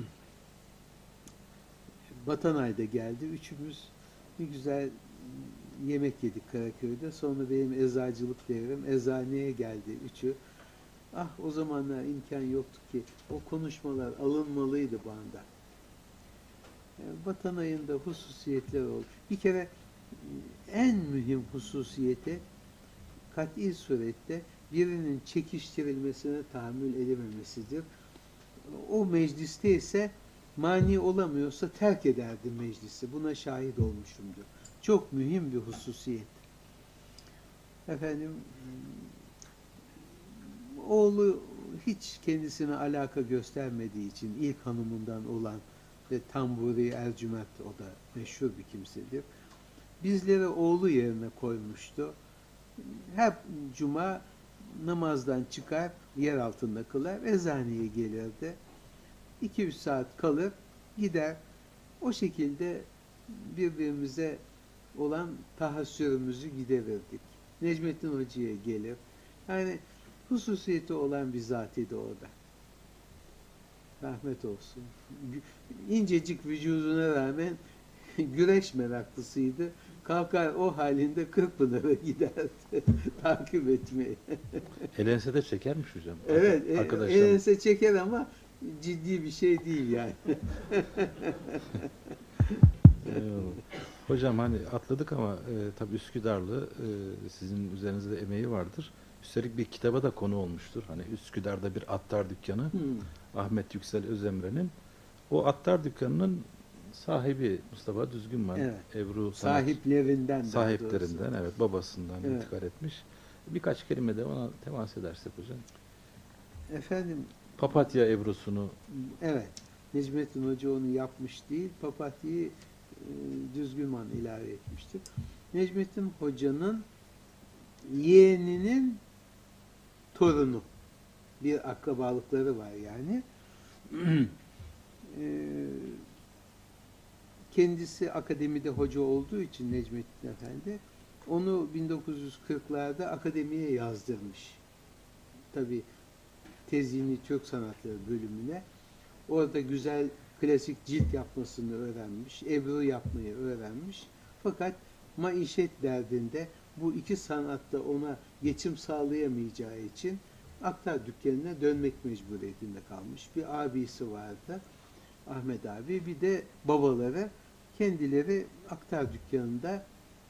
Batanay'da geldi. Üçümüz bir güzel yemek yedik Karaköy'de. Sonra benim eczacılık devrim. Eczaneye geldi üçü. Ah o zamanlar imkan yoktu ki. O konuşmalar alınmalıydı bana. Batanay'ın da hususiyetler oldu. Bir kere en mühim hususiyeti kat'i surette birinin çekiştirilmesine tahammül edememesidir. O mecliste ise mani olamıyorsa terk ederdi meclisi. Buna şahit olmuşumdur. Çok mühim bir hususiyet. Efendim oğlu hiç kendisine alaka göstermediği için ilk hanımından olan ve Tamburi Ercüment, o da meşhur bir kimsedir. Bizleri oğlu yerine koymuştu. Hep cuma namazdan çıkar, yer altında kılar, eczaneye gelirdi. iki üç saat kalır, gider. O şekilde birbirimize olan tahassürümüzü giderirdik. Necmettin Hoca'ya gelir. Yani hususiyeti olan bir zat idi orada. Rahmet olsun. İncecik vücuduna rağmen güreş meraklısıydı. Kalkar o halinde Kırkpınar'a giderdi takip etmeye. Elense de çekermiş hocam. Evet, Arkadaşlar. elense çeker ama ciddi bir şey değil yani. Eyvallah. Hocam hani atladık ama e, tabii Üsküdarlı, e, sizin üzerinizde emeği vardır. Üstelik bir kitaba da konu olmuştur. Hani Üsküdar'da bir attar dükkanı, Hmm. Ahmet Yüksel Özemre'nin. O attar dükkanının sahibi Mustafa Düzgünman, Evet. Ebru Sanat Sahiplerinden. daha sahiplerinden, doğrusu. evet, babasından Evet. intikal etmiş. Birkaç kelime de ona temas edersek hocam. Efendim, Papatya Ebru'sunu evet. Necmettin Hoca onu yapmış değil, papatyayı e, Düzgünman ilave etmiştir. Necmettin Hoca'nın yeğeninin torunu. Bir akrabalıkları var yani. E, kendisi akademide hoca olduğu için Necmettin Efendi onu bin dokuz yüz kırklarda akademiye yazdırmış. Tabii tezini Türk Sanatları bölümüne. Orada güzel klasik cilt yapmasını öğrenmiş, ebru yapmayı öğrenmiş. Fakat maişet derdinde bu iki sanatta ona geçim sağlayamayacağı için aktar dükkanına dönmek mecburiyetinde kalmış. Bir abisi vardı, Ahmet abi, bir de babaları. Kendileri aktar dükkanında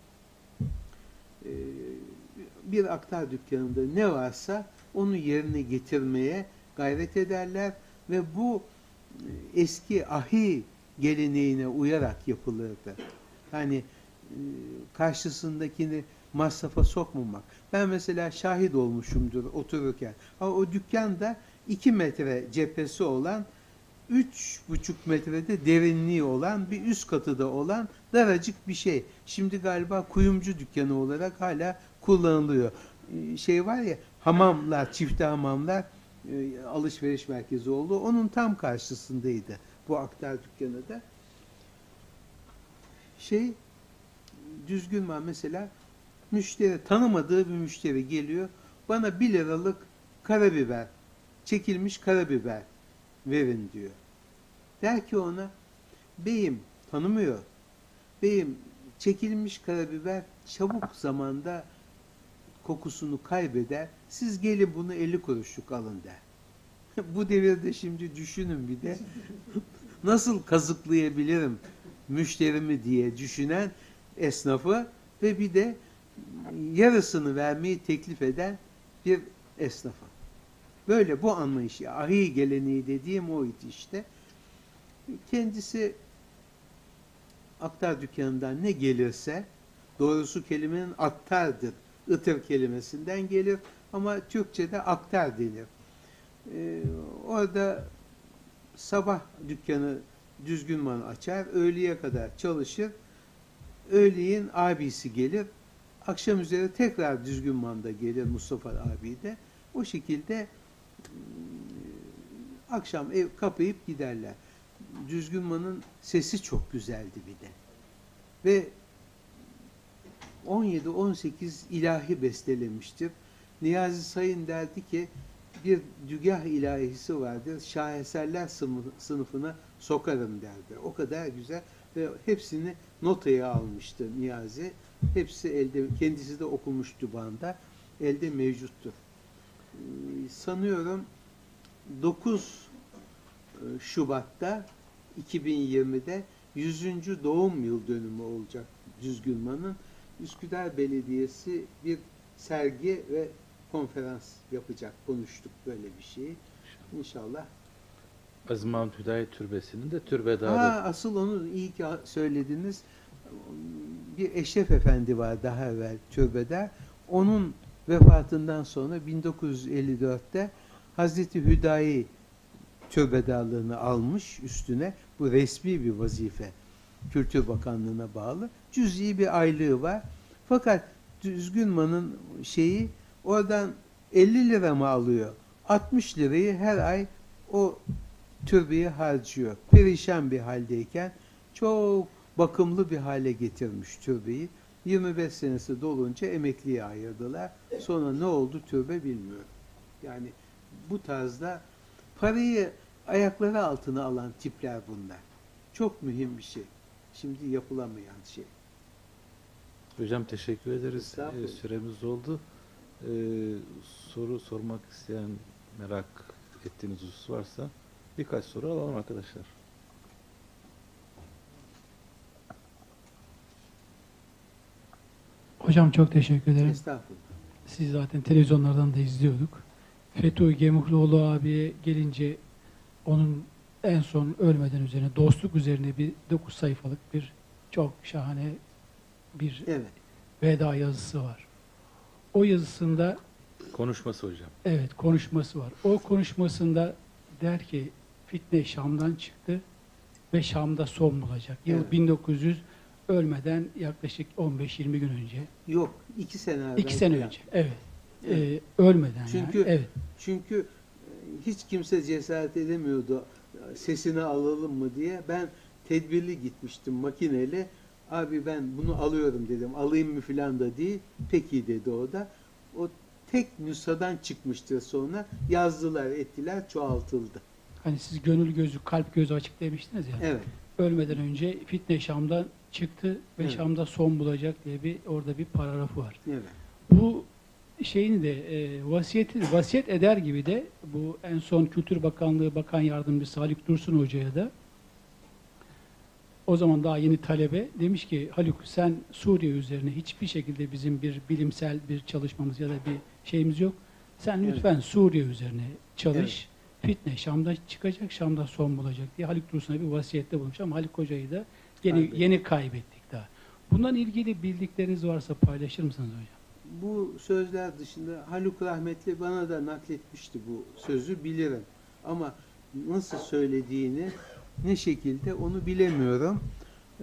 e, bir aktar dükkanında ne varsa onu yerine getirmeye gayret ederler ve bu eski ahi geleneğine uyarak yapılırdı. Hani e, karşısındakini masrafa sokmamak. Ben mesela şahit olmuşumdur otururken. Ama o dükkanda iki metre cephesi olan, üç buçuk metrede derinliği olan, bir üst katı da olan daracık bir şey. Şimdi galiba kuyumcu dükkanı olarak hala kullanılıyor. E, şey var ya, hamamlar, çifte hamamlar, e, alışveriş merkezi oldu. Onun tam karşısındaydı bu aktar dükkanı da. Şey, Düzgünman mesela, müşteri, tanımadığı bir müşteri geliyor. Bana bir liralık karabiber, çekilmiş karabiber verin diyor. Der ki ona, beyim, tanımıyor. Beyim, çekilmiş karabiber çabuk zamanda kokusunu kaybeder. Siz gelin bunu elli kuruşluk alın der. Bu devirde şimdi düşünün bir de nasıl kazıklayabilirim müşterimi diye düşünen esnafı ve bir de yarısını vermeyi teklif eden bir esnafı. Böyle bu anlayış, ahi geleneği dediğim oydu işte. Kendisi aktar dükkanından ne gelirse, doğrusu kelimenin aktardır, ıtır kelimesinden gelir ama Türkçe'de aktar denir. Ee, orada sabah dükkanı Düzgünman açar, öğleye kadar çalışır. Öğleyin abisi gelir, akşam üzeri tekrar Düzgünman da gelir, Mustafa abi de. O şekilde akşam ev kapayıp giderler. Düzgünman'ın sesi çok güzeldi bir de. Ve on yedi on sekiz ilahi bestelemiştir. Niyazi Sayın derdi ki, bir dügah ilahisi vardır, şaheserler sınıfına sokarım derdi. O kadar güzel ve hepsini notaya almıştı Niyazi. Hepsi elde, kendisi de okumuş Duban'da, elde mevcuttur. Ee, sanıyorum dokuz Şubat'ta iki bin yirmide yüzüncü doğum yıl dönümü olacak Düzgünman'ın. Üsküdar Belediyesi bir sergi ve konferans yapacak. Konuştuk böyle bir şeyi. İnşallah. Aziz Mahmut Hüdayi Türbesi'nin de türbedarı. Ha, asıl onu iyi ki söylediniz. Bir Eşref Efendi var daha evvel türbede. Onun vefatından sonra bin dokuz yüz elli dörtte Hazreti Hüdayi türbedarlığını almış üstüne. Bu resmi bir vazife. Kültür Bakanlığı'na bağlı. Cüz'i bir aylığı var. Fakat Düzgünman'ın şeyi oradan elli lira mı alıyor? altmış lirayı her ay o türbeye harcıyor. Perişan bir haldeyken çok bakımlı bir hale getirmiş türbeyi. yirmi beş senesi dolunca emekliye ayırdılar. Sonra ne oldu türbe bilmiyorum. Yani bu tarzda parayı ayakları altına alan tipler bunlar. Çok mühim bir şey. Şimdi yapılamayan şey. Hocam teşekkür ederiz. Estağfurullah. Ee, Süremiz oldu. Ee, soru sormak isteyen, merak ettiğiniz husus varsa birkaç soru alalım arkadaşlar. Hocam çok teşekkür ederim. Estağfurullah. Siz zaten televizyonlardan da izliyorduk. Fethuhi Gemuhluoğlu abiye gelince onun en son ölmeden üzerine dostluk üzerine bir dokuz sayfalık bir çok şahane bir Evet. veda yazısı var. O yazısında Konuşması hocam. evet konuşması var. O konuşmasında der ki fitne Şam'dan çıktı ve Şam'da son bulacak. Yıl Evet. bin dokuz yüz ölmeden yaklaşık on beş yirmi gün önce. Yok. iki sene evvel. İki sene falan. önce. Evet. Evet. Ee, ölmeden Çünkü yani. Evet. Çünkü e, hiç kimse cesaret edemiyordu sesini alalım mı diye. Ben tedbirli gitmiştim makineyle. Abi ben bunu alıyorum dedim. Alayım mı filan da değil. Peki dedi o da. O tek nüshadan çıkmıştır sonra. Yazdılar, ettiler, çoğaltıldı. Hani siz gönül gözü, kalp gözü açık demiştiniz ya. Evet. Ölmeden önce fitne Şam'dan çıktı ve Evet. Şam'da son bulacak diye bir orada bir paragrafı var. Evet. Bu şeyini de e, vasiyeti vasiyet eder gibi de bu en son Kültür Bakanlığı Bakan Yardımcısı Haluk Dursun Hoca'ya da o zaman daha yeni talebe demiş ki Haluk sen Suriye üzerine hiçbir şekilde bizim bir bilimsel bir çalışmamız ya da bir şeyimiz yok. Sen lütfen Evet. Suriye üzerine çalış. Fitne Şam'da çıkacak, Şam'da son bulacak diye Haluk Dursun'a bir vasiyette bulmuş ama Haluk Hoca'yı da yeni, Kaybettik. yeni kaybettik daha. Bundan ilgili bildikleriniz varsa paylaşır mısınız hocam? Bu sözler dışında Haluk rahmetli bana da nakletmişti bu sözü bilirim. Ama nasıl söylediğini ne şekilde onu bilemiyorum. Ee,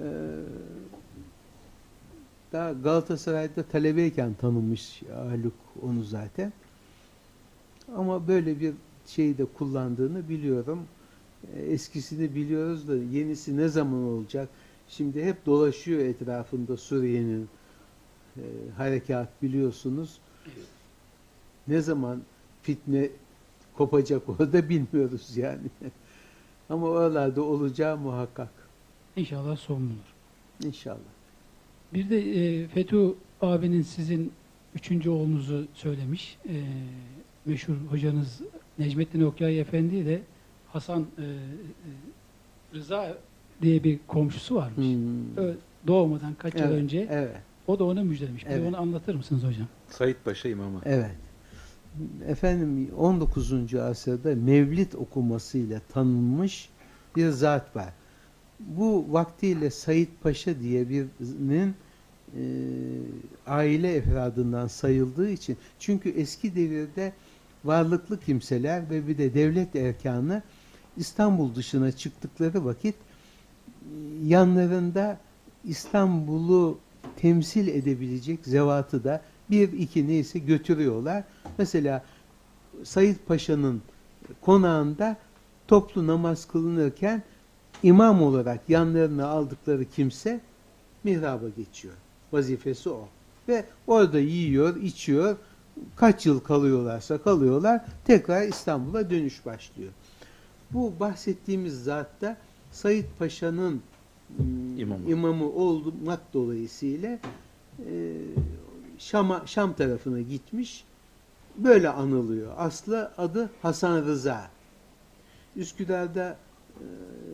daha Galatasaray'da talebeyken tanımış Haluk onu zaten. Ama böyle bir şeyi de kullandığını biliyorum. Ee, eskisini biliyoruz da yenisi ne zaman olacak? Şimdi hep dolaşıyor etrafında Suriye'nin e, harekat biliyorsunuz. Ne zaman fitne kopacak orada bilmiyoruz yani. Ama oralarda olacağı muhakkak. İnşallah son bulur. İnşallah. Bir de e, Fethu abinin sizin üçüncü oğlunuzu söylemiş. E, meşhur hocanız Necmettin Okyay Efendi de Hasan e, e, Rıza diye bir komşusu varmış. Hmm. Ö- Doğmadan kaç yıl Evet, önce Evet. o da onu müjdelemiş. Bir de Evet. onu anlatır mısınız hocam? Said Paşa imamı. Evet. Efendim on dokuzuncu asırda mevlid okumasıyla tanınmış bir zat var. Bu vaktiyle Said Paşa diye birinin e, aile efradından sayıldığı için, çünkü eski devirde varlıklı kimseler ve bir de devlet erkanı İstanbul dışına çıktıkları vakit e, yanlarında İstanbul'u temsil edebilecek zevatı da bir iki neyse götürüyorlar. Mesela Said Paşa'nın konağında toplu namaz kılınırken imam olarak yanlarına aldıkları kimse mihraba geçiyor. Vazifesi o. Ve orada yiyor, içiyor. Kaç yıl kalıyorlarsa kalıyorlar. Tekrar İstanbul'a dönüş başlıyor. Bu bahsettiğimiz zat da Said Paşa'nın ım, İmamı. imamı olmak dolayısıyla e, Şam'a, Şam tarafına gitmiş. Böyle anılıyor. Aslı adı Hasan Rıza. Üsküdar'da e,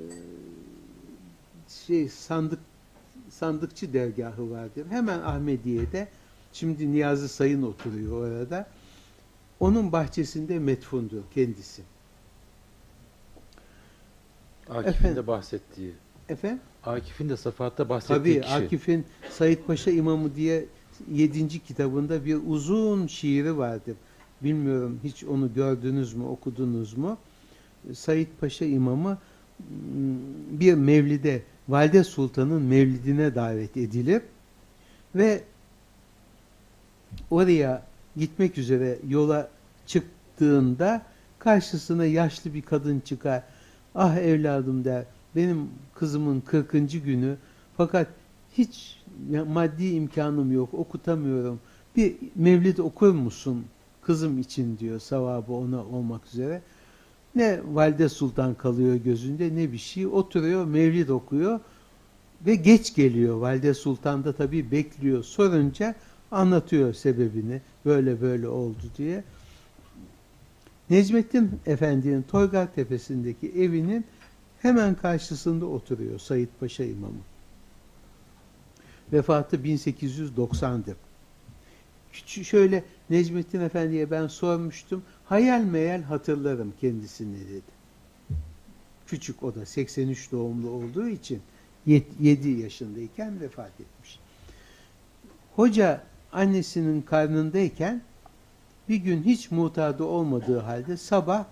şey sandık sandıkçı dergahı vardır. Hemen Ahmediye'de. Şimdi Niyazi Sayın oturuyor orada. Onun bahçesinde metfundur kendisi. Akif'in Efendim? de bahsettiği. Efendim? Akif'in de Safahat'ta bahsettiği Tabii kişi. Akif'in Said Paşa imamı diye yedinci kitabında bir uzun şiiri vardır. Bilmiyorum hiç onu gördünüz mü, okudunuz mu? Said Paşa İmamı bir mevlide, Valide Sultan'ın mevlidine davet edilir ve oraya gitmek üzere yola çıktığında karşısına yaşlı bir kadın çıkar. Ah evladım der, benim kızımın kırkıncı günü fakat hiç maddi imkanım yok, okutamıyorum. Bir mevlid okur musun kızım için diyor, sevabı ona olmak üzere. Ne Valide Sultan kalıyor gözünde ne bir şey, oturuyor mevlid okuyor ve geç geliyor. Valide Sultan da tabii bekliyor, sorunca anlatıyor sebebini, böyle böyle oldu diye. Necmettin Efendi'nin Toygar Tepesi'ndeki evinin hemen karşısında oturuyor Said Paşa İmamı. Vefatı bin sekiz yüz doksan'dır. Küçük, şöyle Necmettin Efendi'ye ben sormuştum. Hayal meyal hatırlarım kendisini dedi. Küçük, o da seksen üç doğumlu olduğu için yedi yaşındayken vefat etmiş. Hoca annesinin karnındayken bir gün hiç mutadı olmadığı halde sabah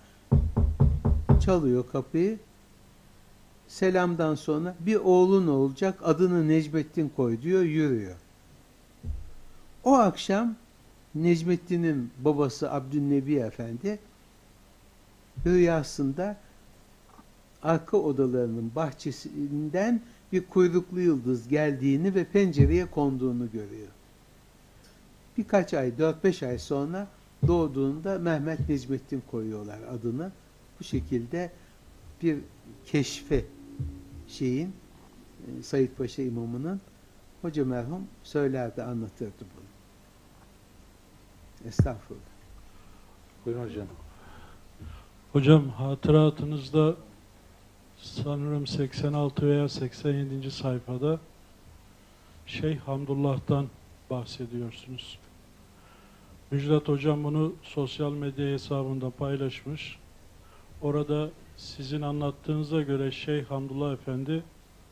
çalıyor kapıyı. Selamdan sonra bir oğlun olacak, adını Necmettin koy diyor, yürüyor. O akşam Necmettin'in babası Abdülnebi Efendi rüyasında arka odalarının bahçesinden bir kuyruklu yıldız geldiğini ve pencereye konduğunu görüyor. Birkaç ay, dört beş ay sonra doğduğunda Mehmet Necmettin koyuyorlar adını. Bu şekilde bir keşfe şeyin, Said Paşa İmamı'nın, hoca merhum söylerdi, anlatırdı bunu. Estağfurullah. Buyurun hocam. Hocam hatıratınızda sanırım seksen altı veya seksen yedinci sayfada Şeyh Hamdullah'tan bahsediyorsunuz. Müjdat hocam bunu sosyal medya hesabında paylaşmış. Orada sizin anlattığınıza göre Şeyh Hamdullah Efendi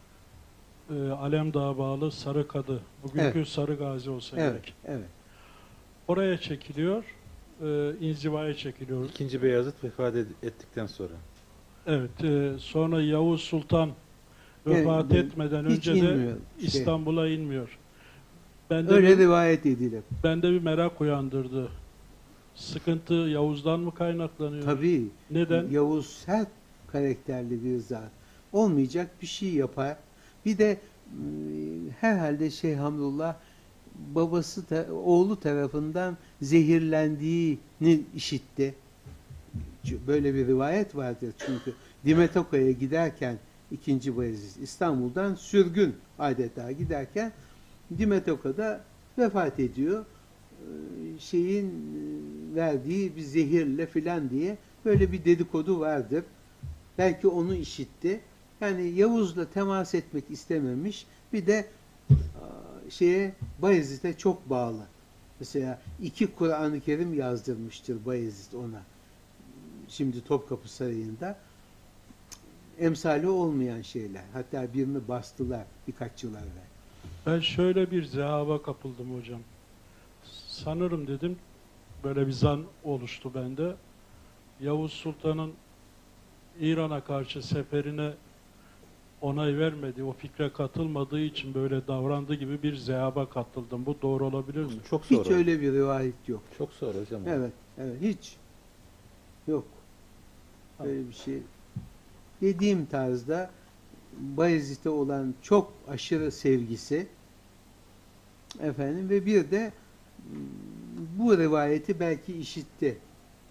e, Alemdağ'a bağlı Sarıkadı, bugünkü Evet. Sarı Gazi olsa Evet, gerek. evet. Oraya çekiliyor, e, inzivaya çekiliyor. İkinci Beyazıt vefat ed- ettikten sonra. Evet, e, sonra Yavuz Sultan vefat Evet, etmeden hiç önce de inmiyor şey. İstanbul'a inmiyor. Bende Öyle bir, rivayet edilir. bende bir merak uyandırdı. Sıkıntı Yavuz'dan mı kaynaklanıyor? Tabii. Neden? Yavuz sert karakterli bir zat. Olmayacak bir şey yapar. Bir de e, herhalde Şeyh Hamdullah babası da, oğlu tarafından zehirlendiğini işitti. Böyle bir rivayet vardır çünkü. Dimetoka'ya giderken ikinci Bayezid İstanbul'dan sürgün adeta giderken Dimetoka'da vefat ediyor. Ee, Şeyin e, verdiği bir zehirle filan diye böyle bir dedikodu vardır. Belki onu işitti. Yani Yavuz'la temas etmek istememiş. Bir de şeye, Bayezid'e çok bağlı. Mesela iki Kur'an-ı Kerim yazdırmıştır Bayezid ona. Şimdi Topkapı Sarayı'nda. Emsali olmayan şeyler. Hatta birini bastılar birkaç yıl evvel. Ben şöyle bir zehava kapıldım hocam. Sanırım dedim, böyle bir zan oluştu bende. Yavuz Sultan'ın İran'a karşı seferine onay vermedi, o fikre katılmadığı için böyle davrandığı gibi bir zehaba katıldım. Bu doğru olabilir mi? Çok sonra. Hiç öyle bir rivayet yok. Çok sonra hocam. Evet, evet, hiç yok. Böyle bir şey. Dediğim tarzda Bayezid'e olan çok aşırı sevgisi efendim ve bir de bu rivayeti belki işitti.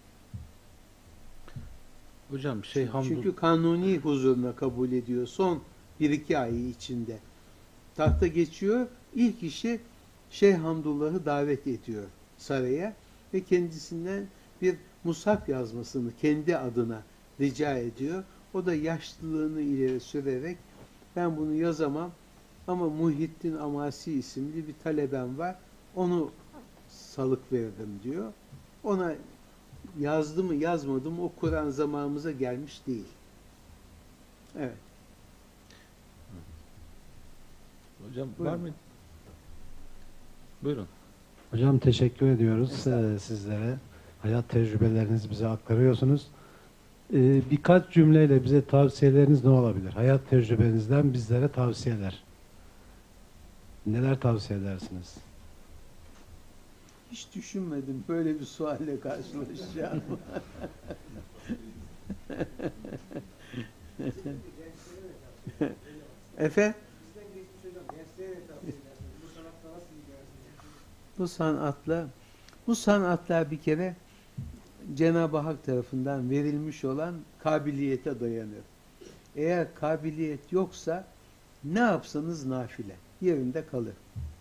Hocam şey Hamdullah. Çünkü kanuni huzuruna kabul ediyor son bir iki ay içinde. Tahta geçiyor. İlk işi Şeyh Hamdullah'ı davet ediyor saraya ve kendisinden bir mushaf yazmasını kendi adına rica ediyor. O da yaşlılığını ileri sürerek ben bunu yazamam ama Muhyiddin Amasi isimli bir talebem var. Onu salık verdim diyor. Ona yazdı mı yazmadı mı o Kur'an zamanımıza gelmiş değil. Evet. Hocam var Buyurun. mı? Buyurun. Hocam teşekkür ediyoruz e, sizlere. Hayat tecrübelerinizi bize aktarıyorsunuz. E, birkaç cümleyle bize tavsiyeleriniz ne olabilir? Hayat tecrübenizden bizlere tavsiyeler. Neler tavsiye edersiniz? Hiç düşünmedim böyle bir sualle karşılaşacağım. Efe? Bu sanatla, bu sanatlar bir kere Cenab-ı Hak tarafından verilmiş olan kabiliyete dayanır. Eğer kabiliyet yoksa ne yapsanız nafile, yerinde kalır.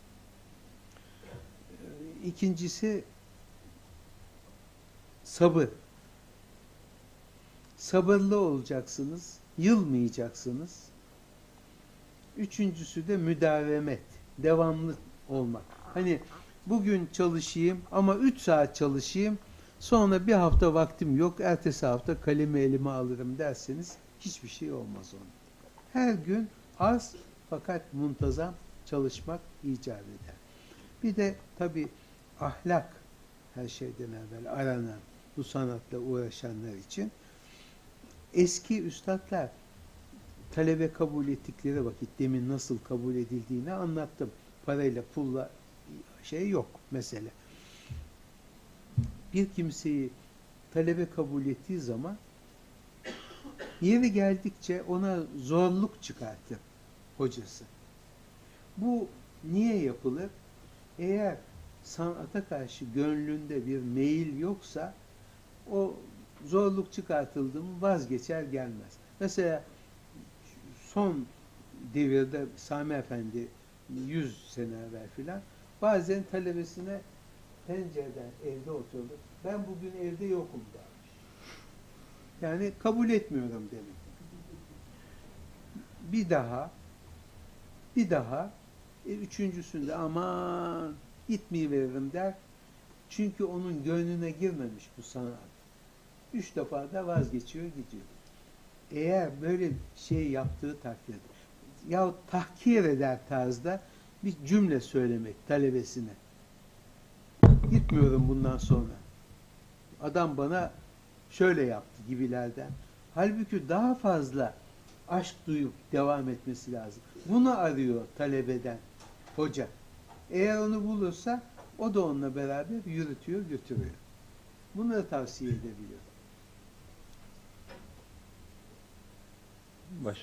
İkincisi sabır. Sabırlı olacaksınız, yılmayacaksınız. Üçüncüsü de müdavemet, devamlı olmak. Hani bugün çalışayım ama üç saat çalışayım, sonra bir hafta vaktim yok, ertesi hafta kalemi elime alırım derseniz hiçbir şey olmaz onun. Her gün az fakat muntazam çalışmak icap eder. Bir de tabii ahlak her şeyden evvel aranan bu sanatla uğraşanlar için eski üstadlar talebe kabul ettikleri vakit demin nasıl kabul edildiğini anlattım. Parayla pulla şey yok mesele. Bir kimseyi talebe kabul ettiği zaman yeri geldikçe ona zorluk çıkartır hocası. Bu niye yapılır? Eğer sanata karşı gönlünde bir meyil yoksa o zorluk çıkartıldı mı vazgeçer gelmez. Mesela son devirde Sami Efendi yüz sene evvel filan bazen talebesine pencereden evde oturdu. Ben bugün evde yokum dermiş. Yani kabul etmiyorum demek. Bir daha bir daha e, üçüncüsünde aman gitmeyiveririm der. Çünkü onun gönlüne girmemiş bu sanat. Üç defa da vazgeçiyor gidiyor. Eğer böyle şey yaptığı takdirde ya tahkir eder tarzda bir cümle söylemek talebesine. Gitmiyorum bundan sonra. Adam bana şöyle yaptı gibilerden. Halbuki daha fazla aşk duyup devam etmesi lazım. Bunu arıyor talebeden hoca. Eğer onu bulursa o da onunla beraber yürütüyor, götürüyor. Bunu da tavsiye edebiliyor. Baş.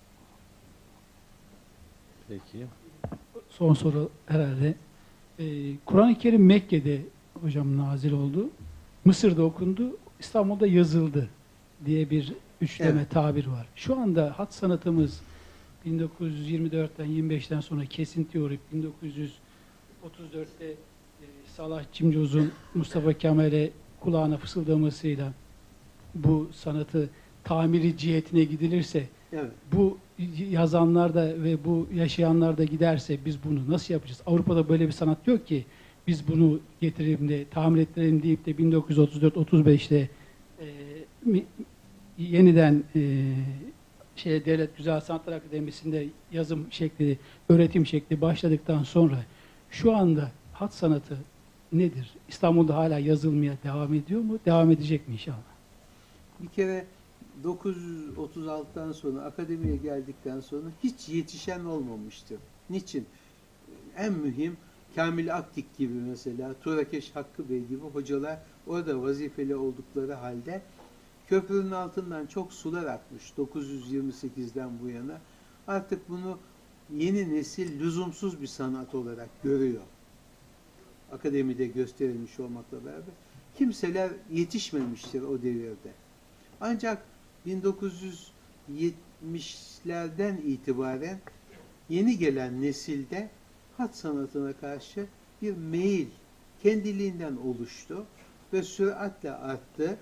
Peki. Son soru herhalde. Ee, Kur'an-ı Kerim Mekke'de hocam nazil oldu. Mısır'da okundu. İstanbul'da yazıldı diye bir üçleme Evet. tabir var. Şu anda hat sanatımız bin dokuz yüz yirmi dörtten yirmi beşten sonra kesinti uğrayıp bin dokuz yüz otuz dörtte e, Salah Cimcoz'un Mustafa Kemal'e kulağına fısıldamasıyla bu sanatı tamiri cihetine gidilirse, Evet. bu yazanlar da ve bu yaşayanlar da giderse biz bunu nasıl yapacağız? Avrupa'da böyle bir sanat yok ki biz bunu getirelim de tamir ettirelim deyip de bin dokuz yüz otuz dört otuz beşte e, mi, yeniden e, şey Devlet Güzel Sanatlar Akademisi'nde yazım şekli, öğretim şekli başladıktan sonra şu anda hat sanatı nedir? İstanbul'da hala yazılmaya devam ediyor mu? Devam edecek mi inşallah? Bir kere dokuz yüz otuz altıdan sonra akademiye geldikten sonra hiç yetişen olmamıştır. Niçin? En mühim Kamil Aktik gibi mesela, Turakeş Hakkı Bey gibi hocalar orada vazifeli oldukları halde köprünün altından çok sular akmış dokuz yüz yirmi sekizden bu yana. Artık bunu yeni nesil lüzumsuz bir sanat olarak görüyor. Akademide gösterilmiş olmakla beraber. Kimseler yetişmemiştir o devirde. Ancak bin dokuz yüz yetmişlerden itibaren yeni gelen nesilde hat sanatına karşı bir meyil kendiliğinden oluştu ve süratle arttı.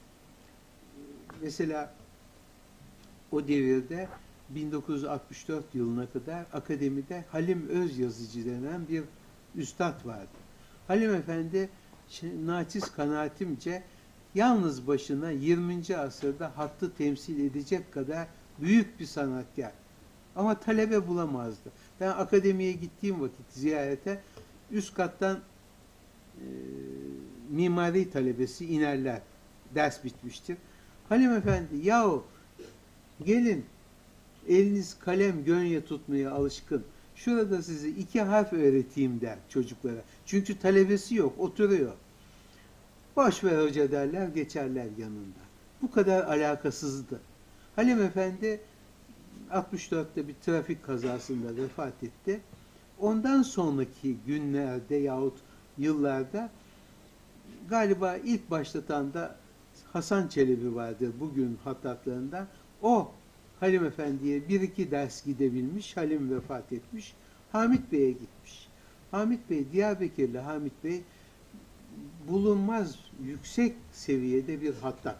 Mesela o devirde bin dokuz yüz altmış dört yılına kadar akademide Halim Özyazıcı denen bir üstad vardı. Halim Efendi naçiz kanaatimce yalnız başına yirminci asırda hattı temsil edecek kadar büyük bir sanatkar. Ama talebe bulamazdı. Ben akademiye gittiğim vakit ziyarete Üst kattan e, mimari talebesi inerler. Ders bitmiştir. Halim Efendi, yahu gelin, eliniz kalem gönye tutmaya alışkın. Şurada size iki harf öğreteyim der çocuklara. Çünkü talebesi yok, oturuyor. Boş ver hoca derler, geçerler yanında. Bu kadar alakasızdı. Halim Efendi altmış dörtte bir trafik kazasında vefat etti. Ondan sonraki günlerde yahut yıllarda galiba ilk başlatan da Hasan Çelebi vardır bugün hattatlarında. O Halim Efendi'ye bir iki ders gidebilmiş. Halim vefat etmiş. Hamit Bey'e gitmiş. Hamit Bey, Diyarbakırlı Hamit Bey bulunmaz yüksek seviyede bir hattat.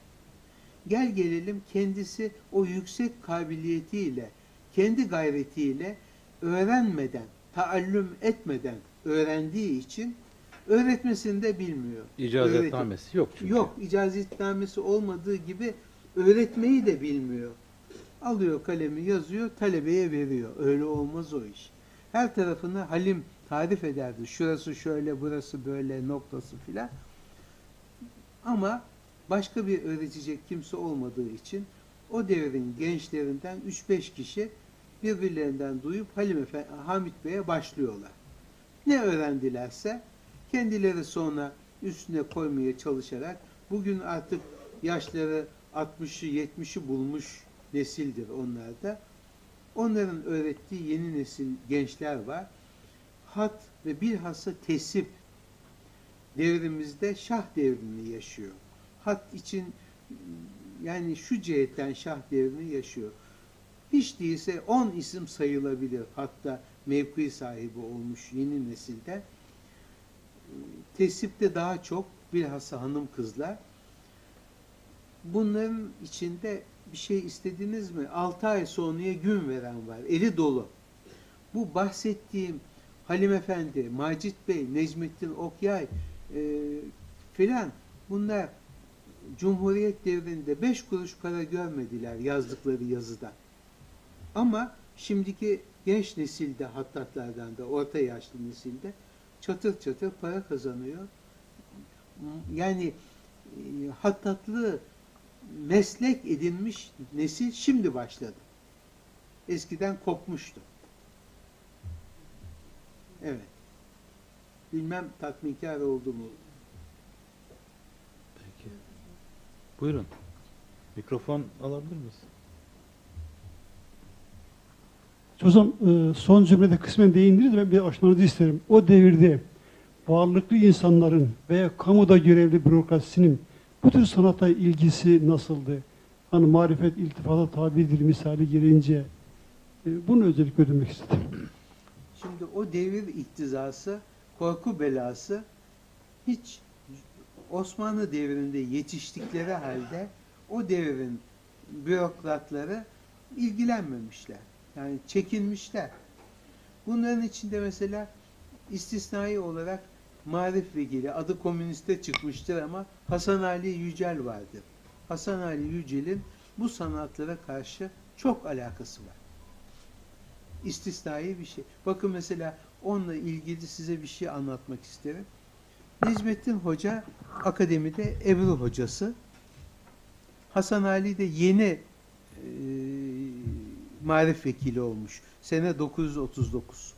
Gel gelelim kendisi o yüksek kabiliyetiyle, kendi gayretiyle öğrenmeden, taallüm etmeden öğrendiği için öğretmesini de bilmiyor. İcazetnamesi yok çünkü. Yok, icazetnamesi olmadığı gibi öğretmeyi de bilmiyor. Alıyor kalemi, yazıyor, talebeye veriyor. Öyle olmaz o iş. Her tarafını Halim tarif ederdi. Şurası şöyle, burası böyle, noktası filan. Ama başka bir öğretecek kimse olmadığı için o devrin gençlerinden üç beş kişi birbirlerinden duyup Halim Efendi, Hamit Bey'e başlıyorlar. Ne öğrendilerse kendileri sonra üstüne koymaya çalışarak bugün artık yaşları altmışı yetmişi bulmuş nesildir onlar da. Onların öğrettiği yeni nesil gençler var. Hat ve bilhassa tesip devrimizde şah devrini yaşıyor. Hat için yani şu cihetten şah devrini yaşıyor. Hiç değilse on isim sayılabilir. Hatta mevki sahibi olmuş yeni nesilde. Tesipte daha çok bilhassa hanım kızlar. Bunların içinde bir şey istediniz mi? Altı ay sonraya gün veren var. Eli dolu. Bu bahsettiğim Halim Efendi, Macit Bey, Necmettin Okyay e, filan bunlar Cumhuriyet devrinde beş kuruş para görmediler yazdıkları yazıdan. Ama şimdiki genç nesilde, hattatlardan da orta yaşlı nesilde çatır çatır para kazanıyor. Yani e, hattatlığı meslek edinmiş nesil şimdi başladı. Eskiden kopmuştu. Evet. Bilmem tatminkar oldu mu? Peki. Buyurun. Mikrofon alabilir miyiz? Hocam e, son cümlede kısmen değindiniz ve bir açmanızı isterim. O devirde varlıklı insanların veya kamuda görevli bürokrasinin bu tür sanata ilgisi nasıldı? Hani marifet, iltifata tabidir misali gelince e, bunu özellikle ödemek istedim. Şimdi o devir iktizası, korku belası hiç Osmanlı devrinde yetiştikleri halde o devrin bürokratları ilgilenmemişler. Yani çekinmişler. Bunların içinde mesela istisnai olarak Marif Vekili, adı komüniste çıkmıştır ama Hasan Ali Yücel vardır. Hasan Ali Yücel'in bu sanatlara karşı çok alakası var. İstisnai bir şey. Bakın mesela onunla ilgili size bir şey anlatmak isterim. Necmettin Hoca akademide Ebru hocası. Hasan Ali de yeni e, Marif Vekili olmuş. Sene dokuz yüz otuz dokuz.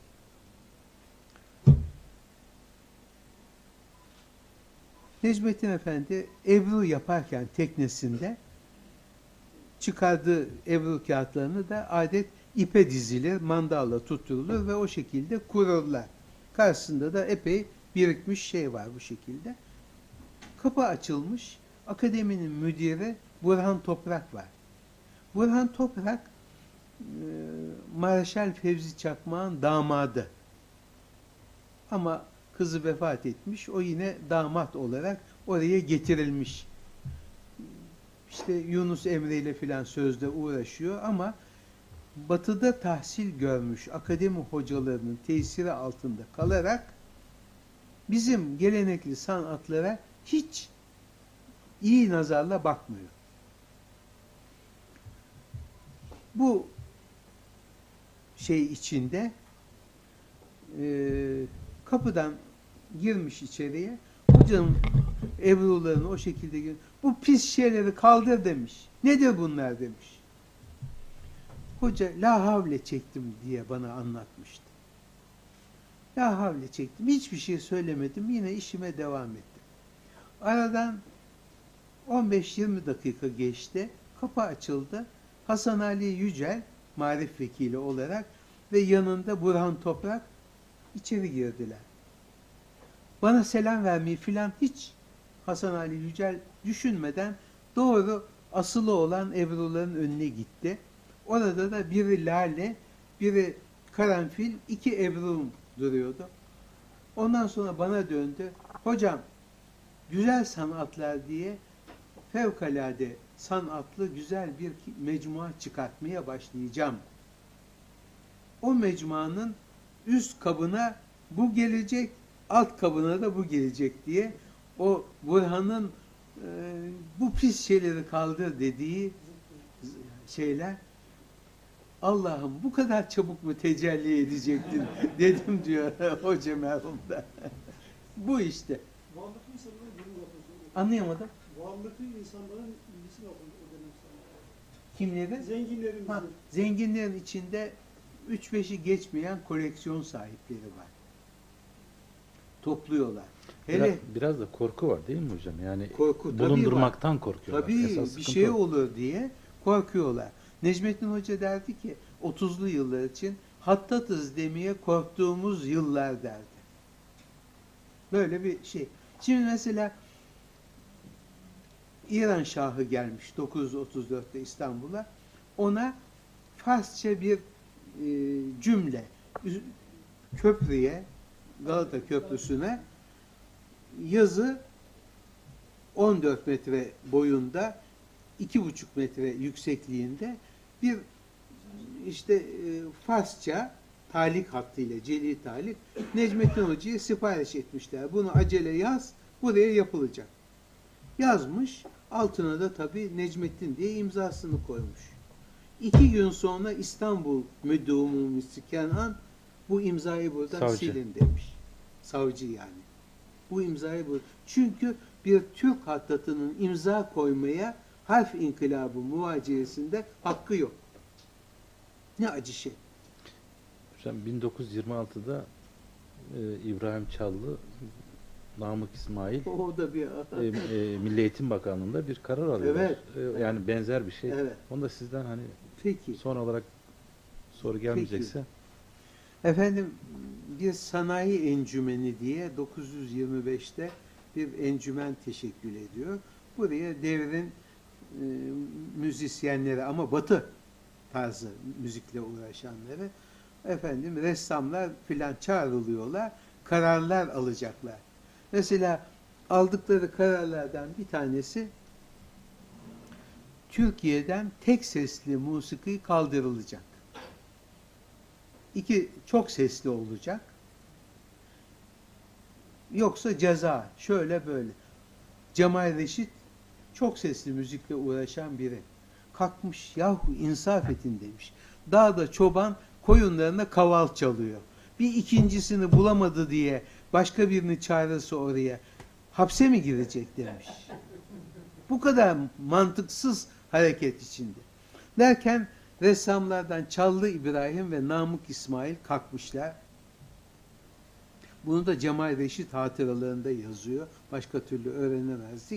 Necmettin Efendi Ebru yaparken teknesinde çıkardığı Ebru kağıtlarını da adet ipe dizilir, mandalla tutturulur ve o şekilde kururlar. Karşısında da epey birikmiş şey var bu şekilde. Kapı açılmış. Akademinin müdiri Burhan Toprak var. Burhan Toprak e, Mareşal Fevzi Çakmak'ın damadı. Ama kızı vefat etmiş. O yine damat olarak oraya getirilmiş. İşte Yunus Emre ile filan sözde uğraşıyor ama Batı'da tahsil görmüş akademi hocalarının tesiri altında kalarak bizim gelenekli sanatlara hiç iyi nazarla bakmıyor. Bu şey içinde e, Kapıdan girmiş içeriye. Hocanın Ebru'larını o şekilde gir. Bu pis şeyleri kaldır demiş. Nedir bunlar demiş. Hoca la havle çektim diye bana anlatmıştı. La havle çektim. Hiçbir şey söylemedim. Yine işime devam ettim. Aradan on beş yirmi dakika geçti. Kapı açıldı. Hasan Ali Yücel marif vekili olarak ve yanında Burhan Toprak içeri girdiler. Bana selam vermeyi filan hiç Hasan Ali Yücel düşünmeden doğru asılı olan Ebru'ların önüne gitti. Orada da biri lale, biri karanfil, iki Ebru duruyordu. Ondan sonra bana döndü. Hocam, güzel sanatlar diye fevkalade sanatlı güzel bir mecmua çıkartmaya başlayacağım. O mecmuanın üst kabına bu gelecek, alt kabına da bu gelecek diye o Burhan'ın e, bu pis şeyleri kaldır dediği şeyler, Allah'ım bu kadar çabuk mu tecelli edecektin dedim diyor hoca merhumda. Bu işte. Varlıklı insanların yorum yapıldı. Anlayamadım. Varlıklı insanların ilgisi yapıldı o dönem sonra. Kimleri? Zenginlerin Ha, zenginlerin içinde üç beşi geçmeyen koleksiyon sahipleri var. Topluyorlar. Hele Biraz, biraz da korku var değil mi hocam? Yani korku tabii bulundurmaktan var. korkuyorlar. Tabii Esas bir sıkıntı şey o. olur diye korkuyorlar. Necmettin Hoca derdi ki otuzlu yıllar için hattatız demeye korktuğumuz yıllar derdi. Böyle bir şey. Şimdi mesela İran Şahı gelmiş dokuz yüz otuz dörtte İstanbul'a. Ona Farsça bir e, cümle köprüye, Galata Köprüsü'ne yazı on dört metre boyunda, iki buçuk metre yüksekliğinde bir işte e, Farsça talik hattıyla, celi talik Necmettin Hoca'ya sipariş etmişler. Bunu acele yaz, buraya yapılacak. Yazmış, altına da tabii Necmettin diye imzasını koymuş. İki gün sonra İstanbul Müdür Umumisi Kenan bu imzayı buradan Savcı. silin demiş. Savcı yani. Bu imzayı bu. Çünkü bir Türk hattatının imza koymaya harf inkılabı muvaciyesinde hakkı yok. Ne acı şey. Hocam bin dokuz yüz yirmi altıda e, İbrahim Çallı, Namık İsmail O da bir... e, e, Milli Eğitim Bakanlığı'nda bir karar alıyorlar. Evet. E, yani benzer bir şey. Evet. Onu da sizden hani Peki. son olarak soru gelmeyecekse. Efendim bir sanayi encümeni diye dokuz yüz yirmi beşte bir encümen teşekkül ediyor. Buraya devrin e, müzisyenleri ama batı tarzı müzikle uğraşanları efendim ressamlar filan çağrılıyorlar. Kararlar alacaklar. Mesela aldıkları kararlardan bir tanesi Türkiye'den tek sesli musiki kaldırılacak. İki, çok sesli olacak. Yoksa ceza. Şöyle böyle. Cemal Reşit çok sesli müzikle uğraşan biri. Kalkmış yahu insaf edin demiş. Dağda çoban koyunlarına kaval çalıyor. Bir ikincisini bulamadı diye başka birini çağırırsa oraya hapse mi girecek demiş. Bu kadar mantıksız hareket içinde. Derken ressamlardan Çallı İbrahim ve Namık İsmail kalkmışlar. Bunu da Cemal Reşit hatıralarında yazıyor. Başka türlü öğrenemezdik.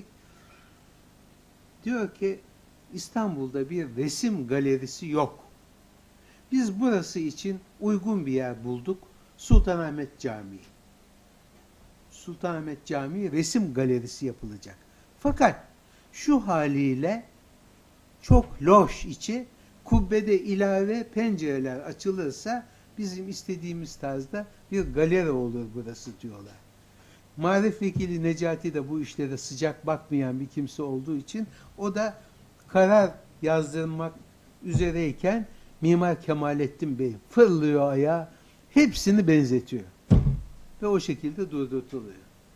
Diyor ki İstanbul'da bir resim galerisi yok. Biz burası için uygun bir yer bulduk. Sultanahmet Camii. Sultanahmet Camii resim galerisi yapılacak. Fakat şu haliyle çok loş içi, kubbede ilave pencereler açılırsa bizim istediğimiz tarzda bir galeri olur burası diyorlar. Marif Vekili Necati de bu işlere sıcak bakmayan bir kimse olduğu için o da karar yazdırmak üzereyken Mimar Kemalettin Bey fırlıyor ayağa, hepsini benzetiyor. Ve o şekilde durdurtuluyor.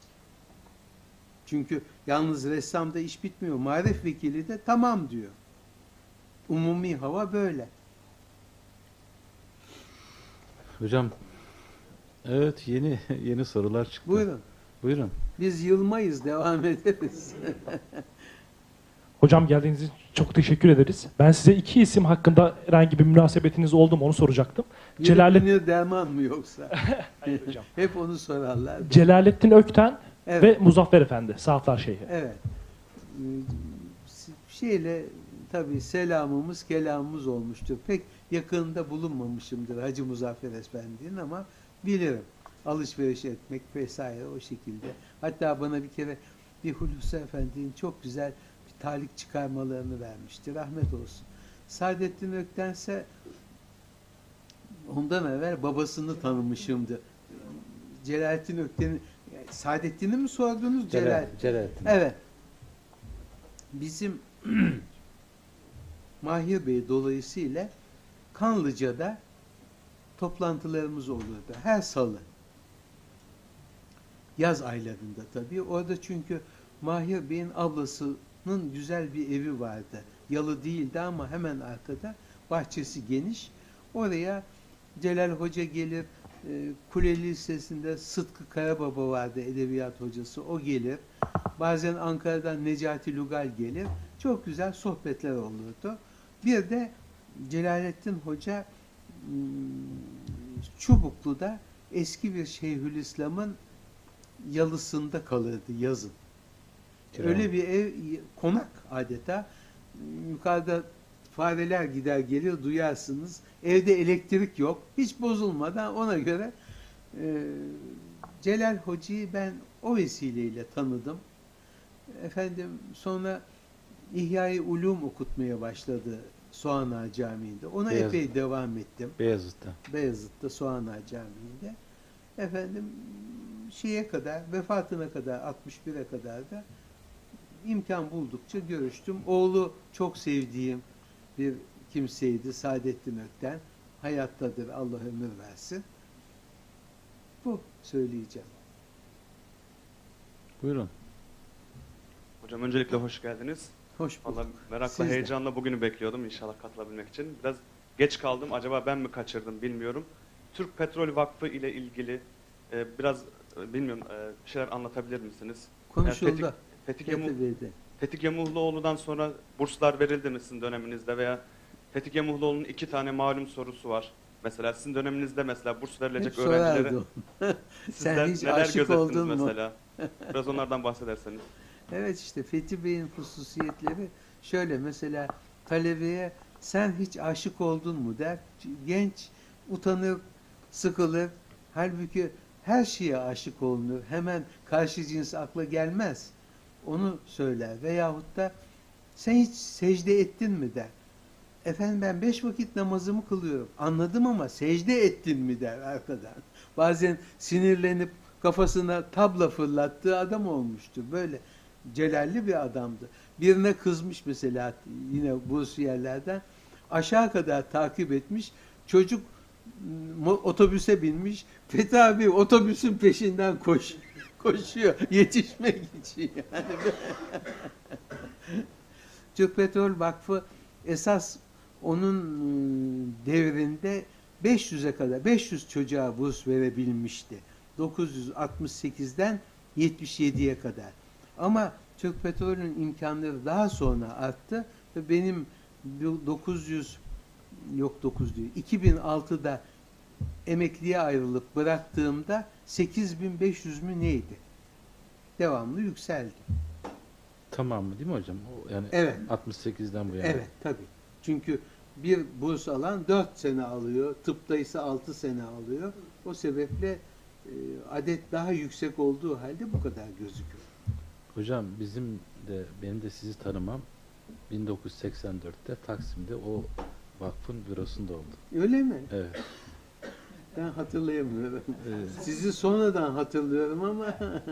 Çünkü yalnız ressamda iş bitmiyor. Marif Vekili de tamam diyor. Umumi hava böyle. Hocam Evet, yeni yeni sorular çıktı. Buyurun. Buyurun. Biz yılmayız, devam ederiz. Hocam geldiğiniz için çok teşekkür ederiz. Ben size iki isim hakkında herhangi bir münasebetiniz oldu mu onu soracaktım. Celalet... Yürümünü derman mı yoksa? Hayır hocam. Hep onu sorarlar. Celalettin Ökten Evet. ve Muzaffer Efendi, Saflar Şeyhi. Evet. Ee, Şeyle tabii selamımız, kelamımız olmuştur. Pek yakınında bulunmamışımdır Hacı Muzaffer Efendi'nin ama bilirim. Alışveriş etmek vesaire o şekilde. Hatta bana bir kere bir Hulusi Efendi'nin çok güzel bir talik çıkarmalarını vermişti. Rahmet olsun. Saadettin Öktense ondan evvel babasını tanımışımdı. Celalettin Ökten'in, Saadettin'i mi sordunuz? Celal. Celalettin. Evet. Bizim Mahir Bey dolayısıyla Kanlıca'da toplantılarımız olurdu. Her salı. Yaz aylarında tabii. Orada çünkü Mahir Bey'in ablasının güzel bir evi vardı. Yalı değildi ama hemen arkada. Bahçesi geniş. Oraya Celal Hoca gelir. E, Kuleli Lisesi'nde Sıtkı Karababa vardı, edebiyat hocası. O gelir. Bazen Ankara'dan Necati Lugal gelir. Çok güzel sohbetler olurdu. Bir de Celalettin Hoca Çubuklu'da eski bir Şeyhülislam'ın yalısında kalırdı yazın. Kira. Öyle bir ev, konak adeta. Yukarıda fareler gider gelir duyarsınız. Evde elektrik yok. Hiç bozulmadan ona göre e, Celal Hoca'yı ben o vesileyle tanıdım. Efendim sonra İhya-i Ulum okutmaya başladı Soğan Ağa Camii'nde. Ona Beyazıt. epey devam ettim. Beyazıt'ta. Beyazıt'ta Soğan Ağa Camii'nde. Efendim şeye kadar, vefatına kadar, altmış bire kadar da imkan buldukça görüştüm. Oğlu çok sevdiğim bir kimseydi, Saadettin Ökten. Hayattadır, Allah ömür versin. Bu söyleyeceğim. Buyurun. Hocam öncelikle hoş geldiniz. Hoş bulduk. Vallahi merakla, Siz de. heyecanla bugünü bekliyordum inşallah katılabilmek için. Biraz geç kaldım. Acaba ben mi kaçırdım bilmiyorum. Türk Petrol Vakfı ile ilgili e, biraz e, bilmiyorum e, bir şeyler anlatabilir misiniz? Konuşuldu. Yani Fethi, Fethi, Gemu, Fethi Fethi Gemuhluoğlu'dan sonra burslar verildi mi sizin döneminizde veya Fethi Gemuhluoğlu'nun iki tane malum sorusu var. Mesela sizin döneminizde mesela burs verilecek Hep öğrencilere sorardı. sizler Sen hiç neler aşık gözettiniz oldun mu? mesela? Biraz onlardan bahsederseniz. Evet işte Fethi Bey'in hususiyetleri şöyle, mesela talebeye sen hiç aşık oldun mu der. Genç utanır, sıkılır. Halbuki her şeye aşık olunur. Hemen karşı cins akla gelmez. Onu söyler. Veyahut da sen hiç secde ettin mi der. Efendim ben beş vakit namazımı kılıyorum. Anladım ama secde ettin mi der arkadan. Bazen sinirlenip kafasına tabla fırlattığı adam olmuştu. Böyle celalli bir adamdı. Birine kızmış mesela, yine bursiyerlerden. Aşağı kadar takip etmiş. Çocuk otobüse binmiş. Fethi abi otobüsün peşinden koş, koşuyor. Yetişmek için yani. Türk Petrol Vakfı esas onun devrinde beş yüze kadar, beş yüz çocuğa burs verebilmişti. dokuz yüz altmış sekizden yetmiş yediye kadar. Ama Türk Petrol'ün imkanları daha sonra arttı ve benim dokuz yüz yok dokuz diyor. iki bin altıda emekliye ayrılıp bıraktığımda sekiz bin beş yüz mü neydi? Devamlı yükseldi. Tamam mı değil mi hocam? O yani Evet. altmış sekizden bu yana. Evet tabii. Çünkü bir burs alan dört sene alıyor. Tıpta ise altı sene alıyor. O sebeple e, adet daha yüksek olduğu halde bu kadar gözüküyor. Hocam bizim de benim de sizi tanımam bin dokuz yüz seksen dörtte Taksim'de o vakfın bürosunda oldu. Öyle mi? Evet. Ben hatırlayamıyorum. Ee, Sizi sonradan hatırlıyorum ama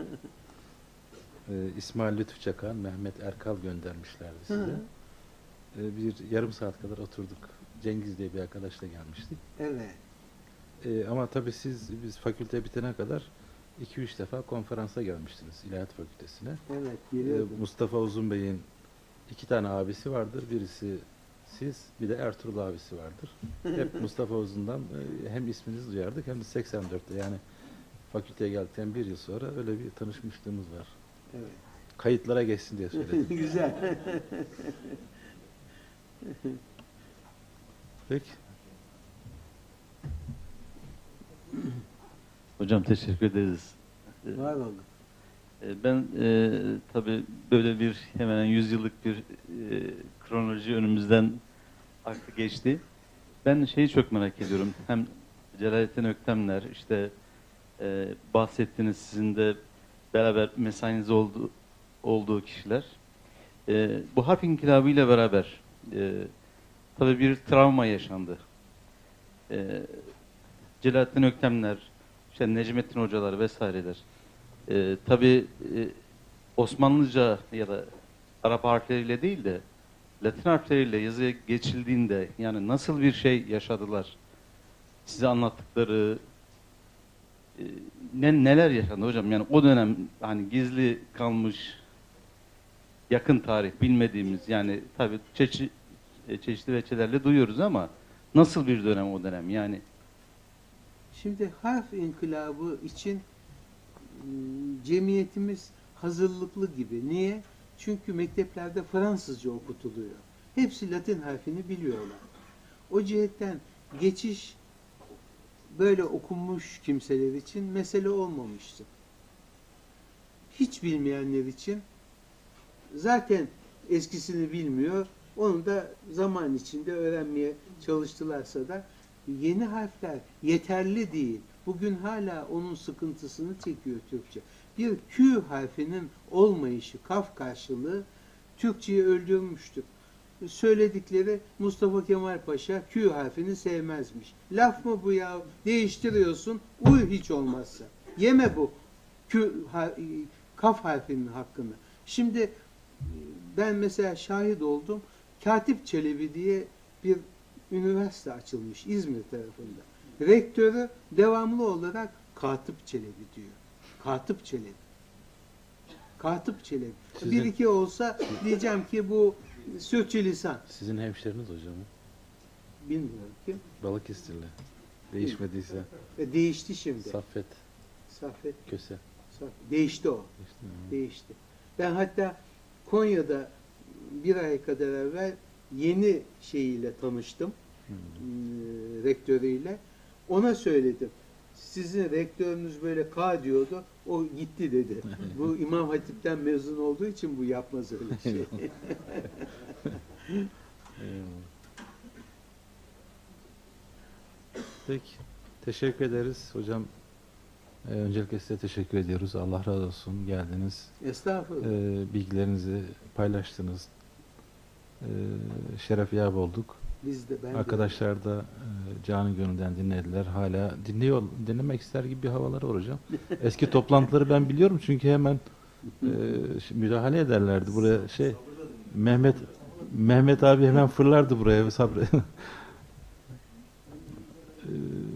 e, İsmail Lütfü Çakan, Mehmet Erkal göndermişlerdi size. Hı. E, bir yarım saat kadar oturduk. Cengiz diye bir arkadaşla gelmiştik. evet. E, ama tabii siz biz fakülte bitene kadar iki üç defa konferansa gelmiştiniz İlahiyat Fakültesine. Evet, E, biliyordum. Mustafa Uzun Bey'in iki tane abisi vardır. Birisi siz, bir de Ertuğrul abisi vardır. Hep Mustafa Uzun'dan e, hem isminizi duyardık hem de seksen dörtte yani fakülteye geldikten bir yıl sonra öyle bir tanışmışlığımız var. Evet. Kayıtlara geçsin diye söyledim. Güzel. Peki. Hocam teşekkür ederiz. Ee, Var olun. e, Ben e, tabii böyle bir hemen yüz yıllık bir e, kronoloji önümüzden aktı geçti. Ben şeyi çok merak ediyorum. Hem Celalettin Öktemler, işte e, bahsettiğiniz sizin de beraber mesainiz oldu, olduğu kişiler. E, bu harf inkılabı ile beraber e, tabii bir travma yaşandı. E, Celalettin Öktemler, işte Necmettin hocalar vesaireler. E, tabii e, Osmanlıca ya da Arap harfleriyle değil de Latin harfleriyle yazıya geçildiğinde yani nasıl bir şey yaşadılar? Size anlattıkları e, ne neler yaşandı hocam? Yani o dönem hani gizli kalmış yakın tarih bilmediğimiz yani tabii çeşi, e, çeşitli veçelerle duyuyoruz ama nasıl bir dönem o dönem yani? Şimdi harf inkılabı için ım, cemiyetimiz hazırlıklı gibi. Niye? Çünkü mekteplerde Fransızca okutuluyor. Hepsi Latin harfini biliyorlar. O cihetten geçiş böyle okunmuş kimseler için mesele olmamıştı. Hiç bilmeyenler için zaten eskisini bilmiyor. Onu da zaman içinde öğrenmeye çalıştılarsa da yeni harfler yeterli değil. Bugün hala onun sıkıntısını çekiyor Türkçe. Bir Q harfinin olmayışı, kaf karşılığı Türkçeyi öldürmüştür. Söyledikleri Mustafa Kemal Paşa Q harfini sevmezmiş. Laf mı bu ya? Değiştiriyorsun, uy hiç olmazsa. Yeme bu Q, kaf harfinin hakkını. Şimdi ben mesela şahit oldum. Katip Çelebi diye bir üniversite açılmış İzmir tarafında. Rektörü devamlı olarak Katip Çelebi diyor. Katip Çelebi. Katip Çelebi. Sizin- Bir iki olsa diyeceğim ki bu sürçülisan. Sizin hemşeriniz hocam. Bilmiyorum ki. Balıkesirli. Değişmediyse. E, değişti şimdi. Saffet, Saffet. Köse. Saffet. Değişti o. İşte, hı. Değişti. Ben hatta Konya'da bir ay kadar evvel yeni şeyiyle tanıştım. Hı. e, rektörüyle. Ona söyledim. Sizin rektörünüz böyle K diyordu. O gitti dedi. Bu İmam Hatip'ten mezun olduğu için bu yapmaz öyle şey. Eyvallah. Peki. Teşekkür ederiz hocam. Ee, öncelikle size teşekkür ediyoruz. Allah razı olsun. Geldiniz. Estağfurullah. Ee, bilgilerinizi paylaştınız. Ee, şeref yap olduk. Biz de ben de. Arkadaşlar da e, canı gönülden dinlediler. Hala dinliyor, dinlemek ister gibi bir havaları var hocam. Eski toplantıları ben biliyorum çünkü hemen e, şimdi müdahale ederlerdi buraya şey Mehmet Mehmet abi hemen fırlardı buraya sabrı. Ee,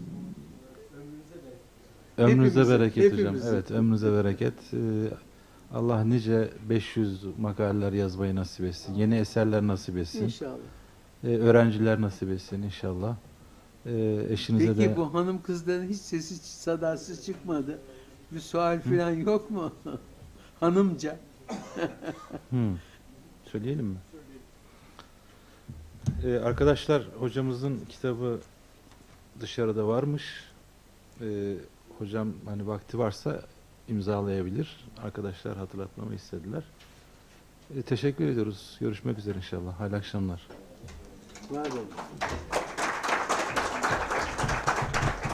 Ömrünüze Hepimize, bereket hocam. hepimize. Evet, ömrünüze bereket. Ee, Allah nice beş yüz makaleler yazmayı nasip etsin. Yeni eserler nasip etsin. İnşallah. Ee, öğrenciler nasip etsin inşallah. Ee, eşinize Peki de bu hanım kızların hiç sesi sadası çıkmadı. Bir sual falan yok mu? Hanımca. Hı. Söyleyelim mi? Ee, arkadaşlar hocamızın kitabı dışarıda varmış. Ee, hocam hani vakti varsa imzalayabilir. Arkadaşlar hatırlatmamı istediler. Ee, teşekkür ediyoruz. Görüşmek üzere inşallah. Hayırlı akşamlar. Var olun.